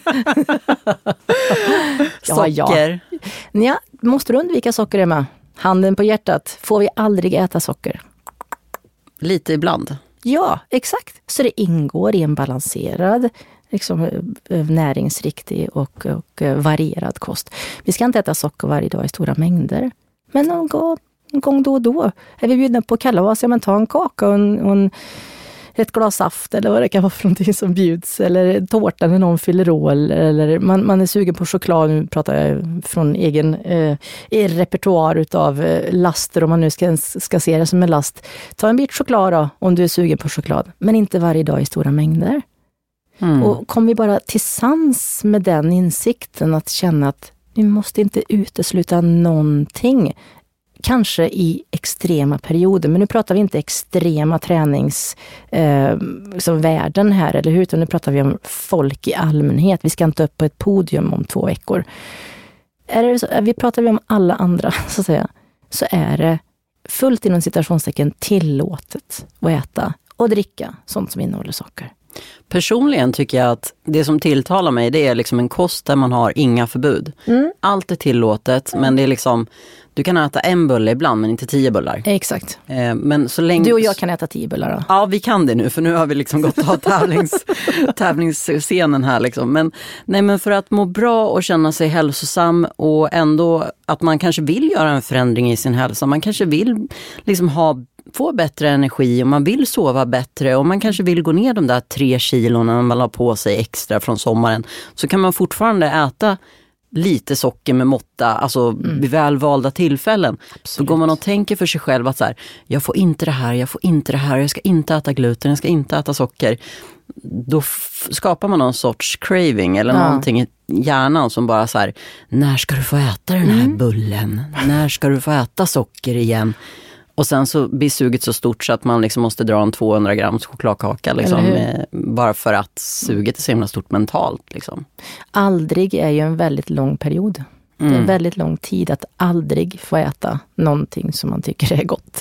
Socker? Ja, ja. Ja, måste du undvika socker, Emma? Handen på hjärtat, får vi aldrig äta socker? Lite ibland. Ja, exakt. Så det ingår i en balanserad liksom, näringsriktig och, och varierad kost. Vi ska inte äta socker varje dag i stora mängder. Men någon gång, en gång då och då är vi bjudna på kalas, ja men ta en kaka och, en, och en, ett glas saft eller vad det kan vara för någonting som bjuds. Eller tårta när någon fyller år. Eller man, man är sugen på choklad. Nu pratar jag från egen eh, repertoar utav eh, laster. Om man nu ska, ska se det som en last. Ta en bit choklad då, om du är sugen på choklad. Men inte varje dag i stora mängder. Mm. Och kom vi bara till sans med den insikten att känna att vi måste inte utesluta någonting. Kanske i extrema perioder, men nu pratar vi inte extrema träningsvärden eh, här, eller hur? Utan nu pratar vi om folk i allmänhet. Vi ska inte upp på ett podium om två veckor. Är det så, vi pratar vi om alla andra, så att säga, så är det fullt inom citationstecken tillåtet att äta och dricka sånt som innehåller socker. Personligen tycker jag att det som tilltalar mig, det är liksom en kost där man har inga förbud. Mm. Allt är tillåtet, mm. men det är liksom, du kan äta en bulle ibland men inte tio bullar. Exakt. Eh, men så länge... Du och jag kan äta tio bullar då? Ja, vi kan det nu, för nu har vi liksom gått av tävlings, tävlingsscenen här liksom. Men, nej, men för att må bra och känna sig hälsosam och ändå att man kanske vill göra en förändring i sin hälsa. Man kanske vill liksom ha få bättre energi och man vill sova bättre och man kanske vill gå ner de där tre kilorna när man har på sig extra från sommaren, så kan man fortfarande äta lite socker med måtta, alltså mm. vid välvalda tillfällen. Absolut. Så går man och tänker för sig själv att så här, jag får inte det här, jag får inte det här, jag ska inte äta gluten, jag ska inte äta socker. Då f- skapar man någon sorts craving eller ja. någonting i hjärnan som bara så här, när ska du få äta den här mm. bullen? När ska du få äta socker igen? Och sen så blir suget så stort så att man liksom måste dra en tvåhundra grams chokladkaka liksom, med, bara för att suget är så himla stort mentalt. Liksom. Aldrig är ju en väldigt lång period. Mm. Det är en väldigt lång tid att aldrig få äta någonting som man tycker är gott.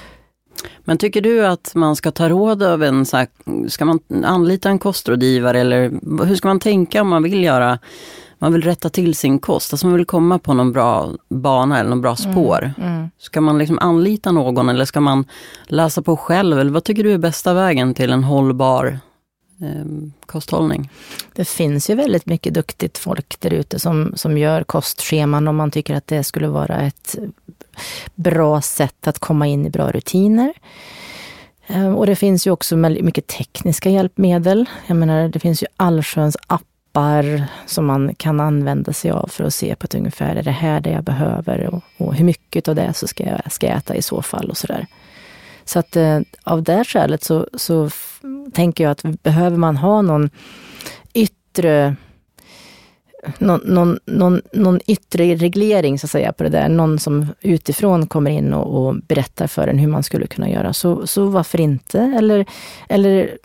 Men tycker du att man ska ta råd av en, så här, ska man anlita en kostrådgivare eller hur ska man tänka om man vill göra, man vill rätta till sin kost, alltså man vill komma på någon bra bana eller någon bra spår. Mm, mm. Ska man liksom anlita någon eller ska man läsa på själv, eller vad tycker du är bästa vägen till en hållbar eh, kosthållning? Det finns ju väldigt mycket duktigt folk där ute som, som gör kostscheman om man tycker att det skulle vara ett bra sätt att komma in i bra rutiner. Eh, och det finns ju också mycket tekniska hjälpmedel. Jag menar, det finns ju allsköns appar som man kan använda sig av för att se på ett ungefär, är det här det jag behöver och, och hur mycket av det så ska jag, ska jag äta i så fall och sådär. Så att eh, av det skälet så, så f- tänker jag att behöver man ha någon yttre någon, någon, någon, någon yttre reglering så att säga på det där, någon som utifrån kommer in och, och berättar för en hur man skulle kunna göra, så, så varför inte? Eller, eller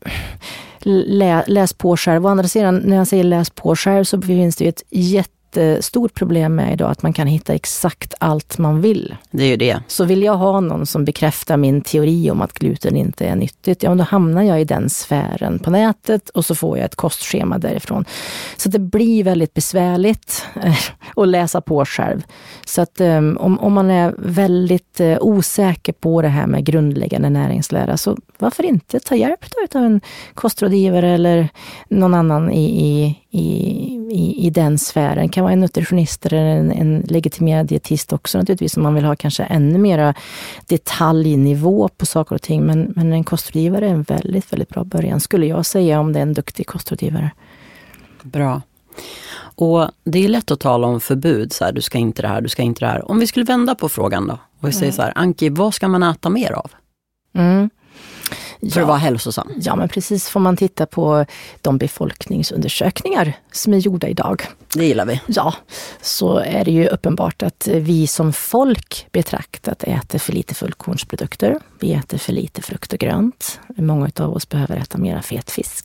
lä, läs på själv. Å andra sidan, när jag säger läs på själv så finns det ju ett jättestort problem med idag att man kan hitta exakt allt man vill. Det är ju det. Så vill jag ha någon som bekräftar min teori om att gluten inte är nyttigt, ja då hamnar jag i den sfären på nätet och så får jag ett kostschema därifrån. Så det blir väldigt besvärligt att läsa på själv. Så att um, om, om man är väldigt uh, osäker på det här med grundläggande näringslära, så varför inte ta hjälp då av en kostrådgivare eller någon annan i, i, i, i den sfären. Det kan vara en nutritionist eller en, en legitimerad dietist också naturligtvis, om man vill ha kanske ännu mera detaljnivå på saker och ting. Men, men en kostrådgivare är en väldigt, väldigt bra början, skulle jag säga, om det är en duktig kostrådgivare. Bra. Och det är lätt att tala om förbud, så här, du ska inte det här, du ska inte det här. Om vi skulle vända på frågan då, och vi säger mm. så här, Anki, vad ska man äta mer av? Mm. För ja. att vara hälsosam. Ja, men precis, får man titta på de befolkningsundersökningar som är gjorda idag. Det gillar vi. Ja, så är det ju uppenbart att vi som folk betraktat äter för lite fullkornsprodukter. Vi äter för lite frukt och grönt. Många av oss behöver äta mera fet fisk.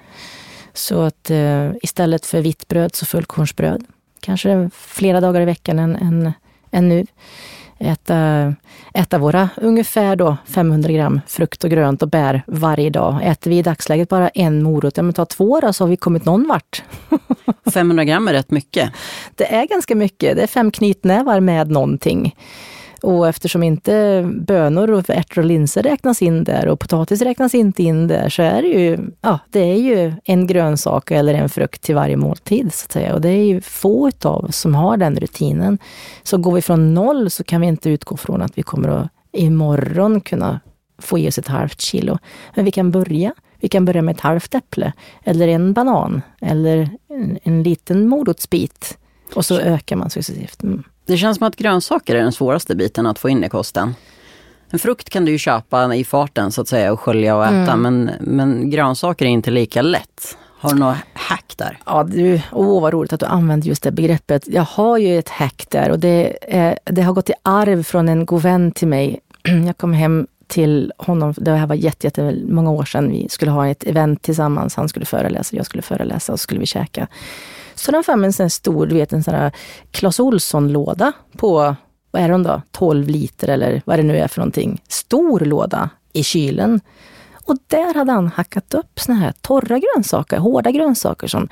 Så att eh, istället för vitt bröd så fullkornsbröd. Kanske flera dagar i veckan än, än, än nu. Äta, äta våra ungefär då femhundra gram frukt och grönt och bär varje dag. Äter vi i dagsläget bara en morot, ja men ta två då, så har vi kommit någon vart. femhundra gram är rätt mycket. Det är ganska mycket. Det är fem knytnävar med någonting. Och eftersom inte bönor och ärtor och linser räknas in där och potatis räknas inte in där, så är det ju, ja, det är ju en grönsak eller en frukt till varje måltid så att säga. Och det är ju få utav oss som har den rutinen. Så går vi från noll så kan vi inte utgå från att vi kommer att imorgon kunna få i oss ett halvt kilo. Men vi kan börja. Vi kan börja med ett halvt äpple eller en banan eller en, en liten morotsbit. Och så ökar man successivt. Mm. Det känns som att grönsaker är den svåraste biten att få in i kosten. En frukt kan du ju köpa i farten så att säga och skölja och äta. Mm. Men, men grönsaker är inte lika lätt. Har du något hack där? Ja, du, åh vad roligt att du använder just det begreppet. Jag har ju ett hack där och det, är, det har gått i arv från en god vän till mig. Jag kom hem till honom, det här var jätte, jätte många år sedan. Vi skulle ha ett event tillsammans. Han skulle föreläsa, jag skulle föreläsa och så skulle vi käka. Så den fann en sån här stor, du vet, en sån här Clas Ohlson-låda på, vad är den då? tolv liter eller vad det nu är för någonting. Stor låda i kylen. Och där hade han hackat upp såna här torra grönsaker, hårda grönsaker som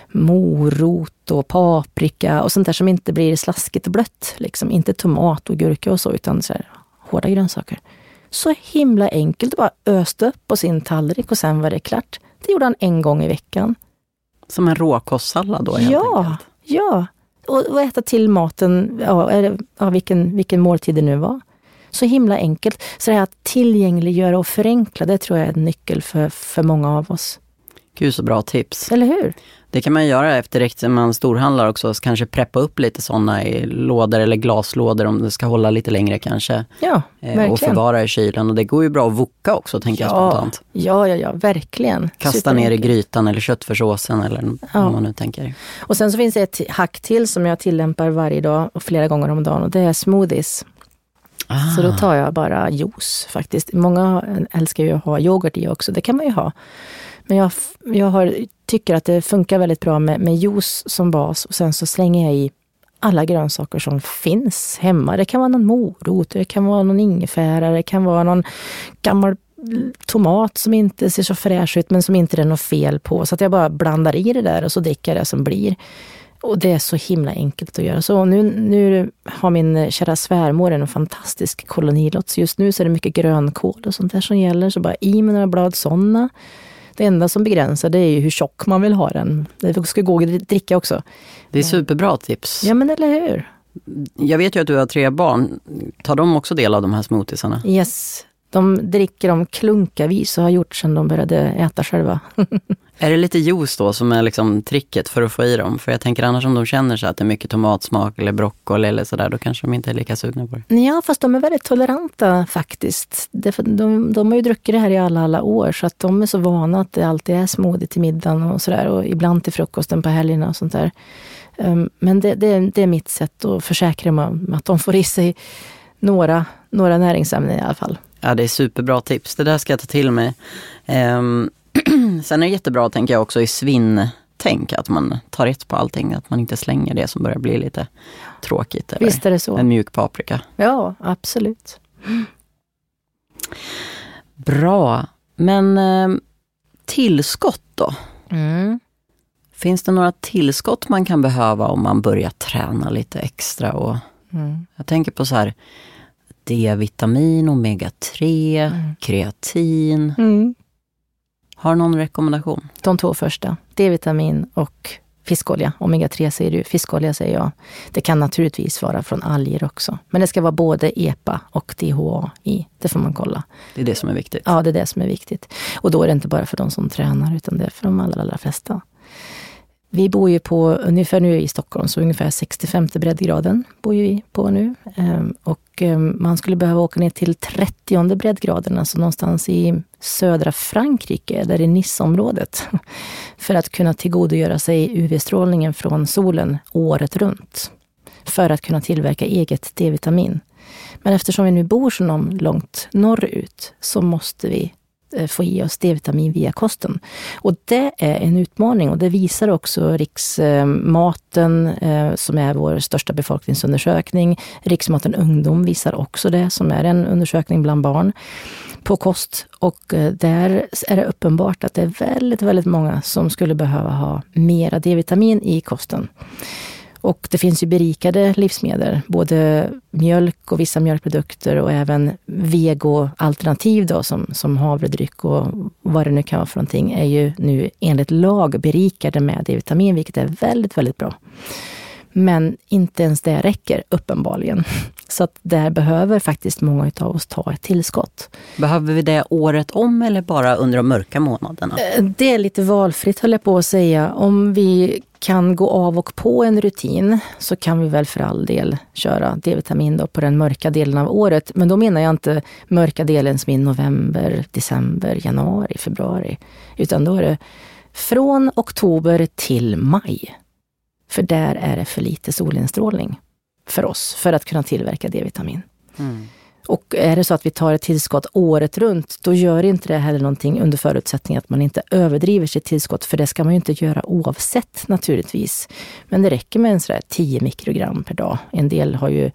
morot och paprika och sånt där som inte blir slaskigt och blött. Liksom inte tomat och gurka och så, utan så här hårda grönsaker. Så himla enkelt, bara öste upp på sin tallrik och sen var det klart. Det gjorde han en gång i veckan. Som en råkostsallad då helt ja, enkelt? Ja, och, och äta till maten, ja, eller, ja, vilken, vilken måltid det nu var. Så himla enkelt. Så det här att tillgängliggöra och förenkla, det tror jag är en nyckel för, för många av oss. Gud, så bra tips. Eller hur? Det kan man göra efter direkt när man storhandlar också. Så kanske preppa upp lite sådana i lådor eller glaslådor om det ska hålla lite längre kanske. Ja, verkligen. Och förvara i kylen. Och det går ju bra att voka också, tänker ja, jag spontant. Ja, ja, ja, verkligen. Kasta ner i grytan eller köttfärssåsen eller ja. Vad man nu tänker. Och sen så finns det ett hack till som jag tillämpar varje dag och flera gånger om dagen. Och det är smoothies. Ah. Så då tar jag bara juice faktiskt. Många älskar ju att ha yoghurt i också. Det kan man ju ha. Men jag, jag har, tycker att det funkar väldigt bra med, med juice som bas. Och sen så slänger jag i alla grönsaker som finns hemma. Det kan vara någon morot, det kan vara någon ingefära, det kan vara någon gammal tomat som inte ser så fräsch ut men som inte det är något fel på. Så att jag bara blandar i det där och så dricker det som blir. Och det är så himla enkelt att göra. Så nu, nu har min kära svärmor en fantastisk kolonilott. Så just nu så är det mycket grönkål och sånt där som gäller. Så bara i med några blad sådana. Det enda som begränsar det är ju hur tjock man vill ha den. Det ska gå att dricka också. Det är superbra tips. Ja, men eller hur? Jag vet ju att du har tre barn. Tar de också del av de här smoothiesarna? Yes. De dricker dem klunkavis och har gjort sedan de började äta själva. Är det lite juice då som är liksom tricket för att få i dem? För jag tänker annars om de känner sig att det är mycket tomatsmak eller broccoli eller sådär, då kanske de inte är lika sugna på det. Ja, fast de är väldigt toleranta faktiskt. De, de, de har ju druckit det här i alla, alla år så att de är så vana att det alltid är smoothie till middagen och sådär. Och ibland till frukosten på helgerna och sånt där. Um, men det, det, det är mitt sätt att försäkra mig om att de får i sig några, några näringsämnen i alla fall. Ja, det är superbra tips. Det där ska jag ta till mig. Um, sen är det jättebra, tänker jag också, i svinn-tänk. Att man tar rätt på allting. Att man inte slänger det som börjar bli lite tråkigt. Eller visst är det så. En mjuk paprika. Ja, absolut. Mm. Bra. Men um, tillskott då? Mm. Finns det några tillskott man kan behöva om man börjar träna lite extra? Och mm. Jag tänker på så här... D-vitamin, omega tre, mm. kreatin. Mm. Har du någon rekommendation? De två första. D-vitamin och fiskolja. omega tre säger du, fiskolja säger jag. Det kan naturligtvis vara från alger också. Men det ska vara både E P A och D H A i. Det får man kolla. Det är det som är viktigt? Ja, det är det som är viktigt. Och då är det inte bara för de som tränar utan det är för de allra, allra flesta. Vi bor ju på, ungefär nu i Stockholm, så ungefär sextiofemte breddgraden bor vi på nu. Och man skulle behöva åka ner till trettionde breddgraden, alltså någonstans i södra Frankrike, där i Nice-området, för att kunna tillgodogöra sig U V-strålningen från solen året runt. För att kunna tillverka eget D-vitamin. Men eftersom vi nu bor så långt norrut så måste vi få i oss D-vitamin via kosten. Och det är en utmaning och det visar också Riksmaten eh, som är vår största befolkningsundersökning. Riksmaten ungdom visar också det, som är en undersökning bland barn på kost. Och eh, där är det uppenbart att det är väldigt, väldigt många som skulle behöva ha mera D-vitamin i kosten. Och det finns ju berikade livsmedel, både mjölk och vissa mjölkprodukter och även vegoalternativ då, som, som havredryck och vad det nu kan vara för någonting, är ju nu enligt lag berikade med D-vitamin, vilket är väldigt, väldigt bra. Men inte ens det räcker uppenbarligen. Så att där behöver faktiskt många av oss ta ett tillskott. Behöver vi det året om eller bara under de mörka månaderna? Det är lite valfritt, höll jag på att säga. Om vi kan gå av och på en rutin så kan vi väl för all del köra D-vitamin då på den mörka delen av året. Men då menar jag inte mörka delen som i november, december, januari, februari. Utan då är det från oktober till maj. För där är det för lite solinstrålning för oss för att kunna tillverka D-vitamin. Mm. Och är det så att vi tar ett tillskott året runt, då gör inte det heller någonting under förutsättning att man inte överdriver sitt tillskott. För det ska man ju inte göra oavsett naturligtvis. Men det räcker med en sådär tio mikrogram per dag. En del har ju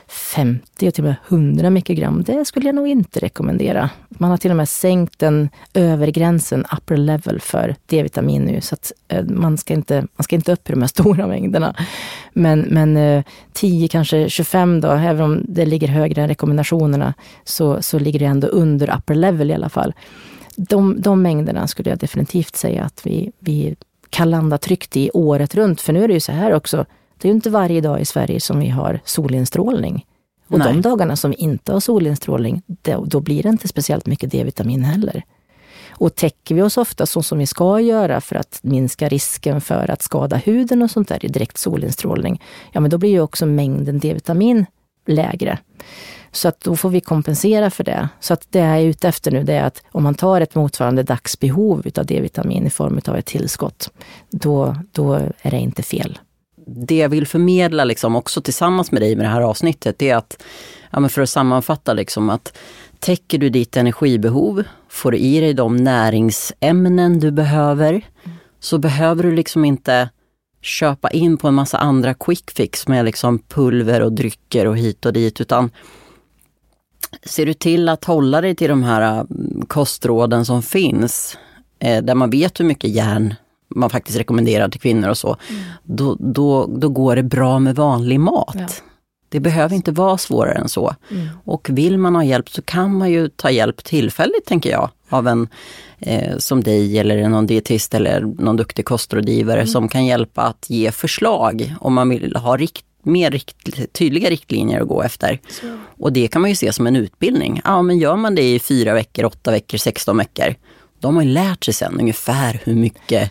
femtio och till och med hundra mikrogram. Det skulle jag nog inte rekommendera. Man har till och med sänkt den övergränsen, upper level, för D-vitamin nu. Så att eh, man ska inte, man ska inte upp i de här stora mängderna. Men, men eh, tio, kanske tjugofem då, även om det ligger högre än rekommendationerna, så, så ligger det ändå under upper level i alla fall. De, de mängderna skulle jag definitivt säga att vi, vi kan landa tryggt i året runt. För nu är det ju så här också. Det är ju inte varje dag i Sverige som vi har solinstrålning. Och Nej. de dagarna som vi inte har solinstrålning, då, då blir det inte speciellt mycket D-vitamin heller. Och täcker vi oss ofta så som vi ska göra för att minska risken för att skada huden och sånt där i direkt solinstrålning, ja men då blir ju också mängden D-vitamin lägre. Så att då får vi kompensera för det. Så att det jag är ute efter nu, det är att om man tar ett motsvarande dagsbehov av D-vitamin i form av ett tillskott, då, då är det inte fel. Det jag vill förmedla liksom också tillsammans med dig med det här avsnittet, det är att, ja men för att sammanfatta liksom, att täcker du ditt energibehov, får du i dig de näringsämnen du behöver, mm. så behöver du liksom inte köpa in på en massa andra quick fix med liksom pulver och drycker och hit och dit, utan ser du till att hålla dig till de här kostråden som finns, eh, där man vet hur mycket järn man faktiskt rekommenderar till kvinnor och så, mm. då, då, då går det bra med vanlig mat. Ja. Det behöver inte vara svårare än så. Mm. Och vill man ha hjälp så kan man ju ta hjälp tillfälligt, tänker jag, av en eh, som dig eller någon dietist eller någon duktig kostrådgivare mm. som kan hjälpa att ge förslag om man vill ha rikt, mer rikt, tydliga riktlinjer att gå efter. Så. Och det kan man ju se som en utbildning. Ja, men gör man det i fyra veckor, åtta veckor, sexton veckor, då har man ju lärt sig sen ungefär hur mycket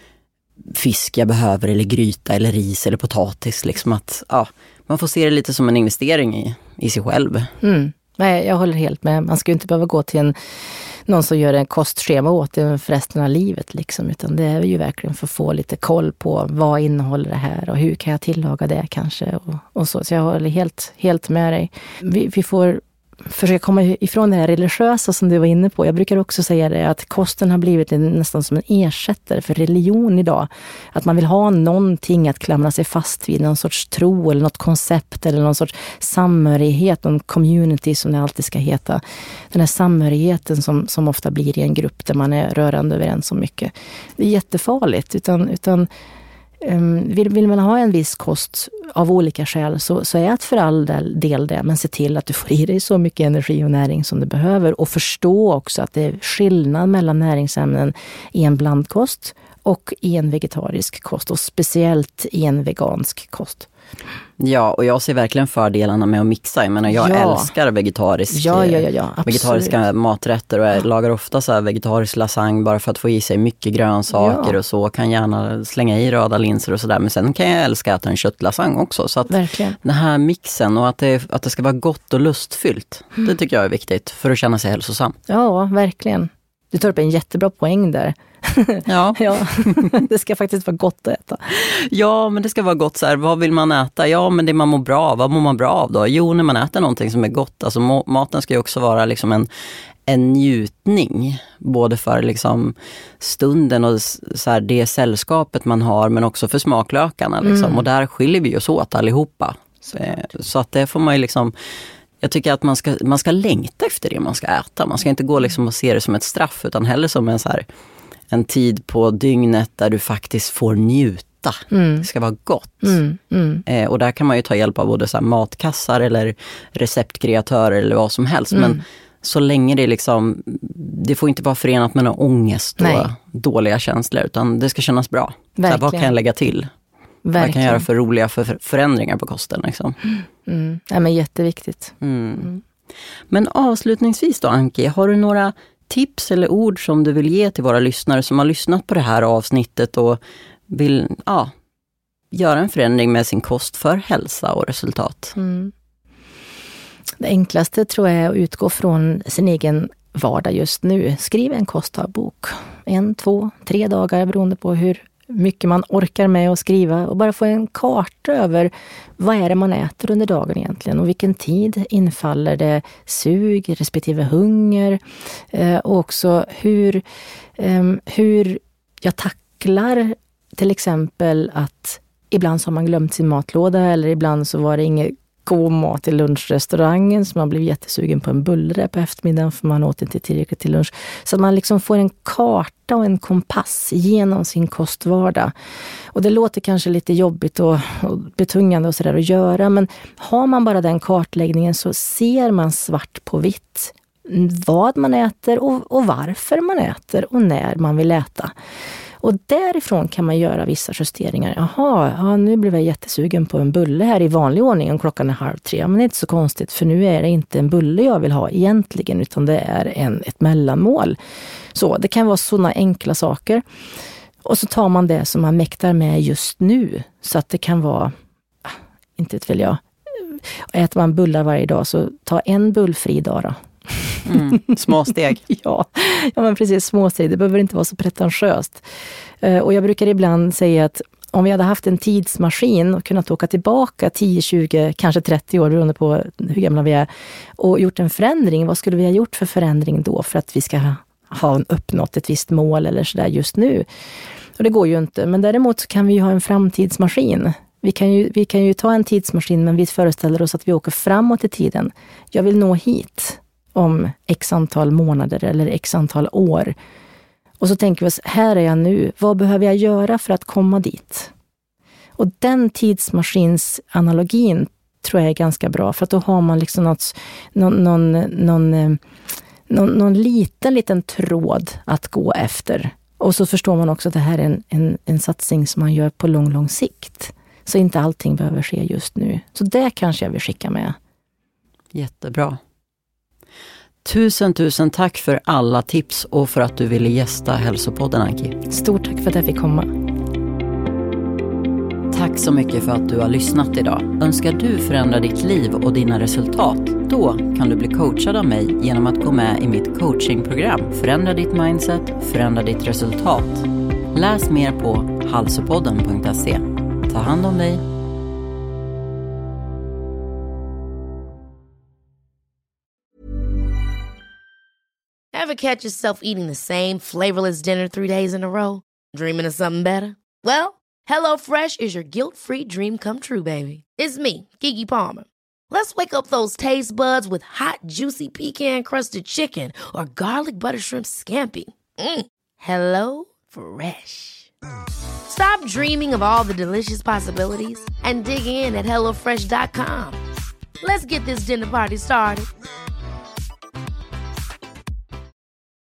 fisk jag behöver, eller gryta eller ris eller potatis, liksom att ja, man får se det lite som en investering i, i sig själv. Mm. Nej, jag håller helt med. Man ska ju inte behöva gå till en, någon som gör en kostschema åt det för resten av livet liksom, utan det är ju verkligen för att få lite koll på vad innehåller det här och hur kan jag tillaga det kanske och, och så. Så jag håller helt, helt med dig. Vi, vi får försöka komma ifrån det här religiösa som du var inne på. Jag brukar också säga det, att kosten har blivit nästan som en ersättare för religion idag. Att man vill ha någonting att klamra sig fast vid, någon sorts tro eller något koncept eller någon sorts samhörighet, någon community som det alltid ska heta. Den här samhörigheten som, som ofta blir i en grupp där man är rörande överens om mycket. Det är jättefarligt, utan, utan Vill, vill man ha en viss kost av olika skäl, så, så är att för all del det, men se till att du får i dig så mycket energi och näring som du behöver, och förstå också att det är skillnad mellan näringsämnen i en blandkost och i en vegetarisk kost, och speciellt i en vegansk kost. Ja, och jag ser verkligen fördelarna med att mixa. Jag menar, jag ja. älskar vegetarisk, ja, ja, ja, ja, vegetariska maträtter, och jag ja. lagar ofta så här vegetarisk lasagne bara för att få i sig mycket grönsaker ja. och så. Kan gärna slänga i röda linser och sådär. Men sen kan jag älska att äta en köttlasagne också. Så att verkligen. Den här mixen och att det, att det ska vara gott och lustfyllt, mm. det tycker jag är viktigt för att känna sig hälsosam. Ja, verkligen. Du tar upp en jättebra poäng där. Ja. ja, det ska faktiskt vara gott att äta. Ja, men det ska vara gott så här. Vad vill man äta? Ja, men det man mår bra av. Vad mår man bra av då? Jo, när man äter någonting som är gott. Alltså må- maten ska ju också vara liksom en, en njutning. Både för liksom stunden och så här, det sällskapet man har, men också för smaklökarna. Liksom. Mm. Och där skiljer vi oss åt allihopa. Så, så att det får man ju liksom... Jag tycker att man ska, man ska längta efter det man ska äta. Man ska inte gå liksom och se det som ett straff, utan heller som en, så här, en tid på dygnet där du faktiskt får njuta mätta. Mm. Det ska vara gott. Mm. Mm. Eh, och där kan man ju ta hjälp av både så här matkassar eller receptkreatörer eller vad som helst. Mm. Men så länge det liksom, det får inte vara förenat med någon ångest och Nej. dåliga känslor, utan det ska kännas bra. Så här, vad kan jag lägga till? Verkligen. Vad kan jag göra för roliga för förändringar på kosten? Liksom? Mm. Ja, men jätteviktigt. Mm. Mm. Men avslutningsvis då, Anki, har du några tips eller ord som du vill ge till våra lyssnare som har lyssnat på det här avsnittet och vill ja, göra en förändring med sin kost för hälsa och resultat? Mm. Det enklaste tror jag är att utgå från sin egen vardag just nu. Skriv en kostdagbok. En, två, tre dagar beroende på hur mycket man orkar med att skriva. Och bara få en karta över vad är det man äter under dagen egentligen. Och vilken tid infaller det sug respektive hunger. Eh, och också hur, eh, hur jag tacklar till exempel att ibland så har man glömt sin matlåda. Eller ibland så var det inget god mat i lunchrestaurangen så man blev jättesugen på en bulle på eftermiddagen för man åt inte tillräckligt till lunch. Så att man liksom får en karta och en kompass genom sin kostvardag. Och det låter kanske lite jobbigt och, och betungande och sådär att göra, men har man bara den kartläggningen så ser man svart på vitt vad man äter och, och varför man äter och när man vill äta. Och därifrån kan man göra vissa justeringar. Jaha, ja, nu blev jag jättesugen på en bulle här i vanlig ordning om klockan är halv tre. Men det är inte så konstigt för nu är det inte en bulle jag vill ha egentligen utan det är en, ett mellanmål. Så det kan vara sådana enkla saker. Och så tar man det som man mäktar med just nu. Så att det kan vara, inte vet väl jag, äter man bullar varje dag så ta en bullfri dag då. Mm, små steg. ja, ja, men precis, små steg. Det behöver inte vara så pretentiöst. Uh, och jag brukar ibland säga att om vi hade haft en tidsmaskin och kunnat åka tillbaka tio, tjugo, kanske trettio år beroende på hur gamla vi är och gjort en förändring, vad skulle vi ha gjort för förändring då för att vi ska ha uppnått ett visst mål eller sådär just nu? Och det går ju inte, men däremot så kan vi ju ha en framtidsmaskin. Vi kan ju, vi kan ju ta en tidsmaskin men vi föreställer oss att vi åker framåt i tiden. Jag vill nå hit om x antal månader eller x antal år. Och så tänker vi oss, här är jag nu. Vad behöver jag göra för att komma dit? Och den tidsmaskinsanalogin tror jag är ganska bra. För att då har man liksom något, någon, någon, någon, någon, någon liten, liten tråd att gå efter. Och så förstår man också att det här är en, en, en satsning som man gör på lång, lång sikt. Så inte allting behöver ske just nu. Så det kanske jag vill skicka med. Jättebra. Tusen, tusen tack för alla tips och för att du ville gästa Hälsopodden, Anki. Stort tack för att jag fick komma. Tack så mycket för att du har lyssnat idag. Önskar du förändra ditt liv och dina resultat? Då kan du bli coachad av mig genom att gå med i mitt coachingprogram. Förändra ditt mindset, förändra ditt resultat. Läs mer på hälsopodden punkt se. Ta hand om dig. Ever catch yourself eating the same flavorless dinner three days in a row? Dreaming of something better? Well, HelloFresh is your guilt-free dream come true, baby. It's me, Keke Palmer. Let's wake up those taste buds with hot, juicy pecan-crusted chicken or garlic butter shrimp scampi. Mm. Hello Fresh. Stop dreaming of all the delicious possibilities and dig in at hello fresh dot com. Let's get this dinner party started.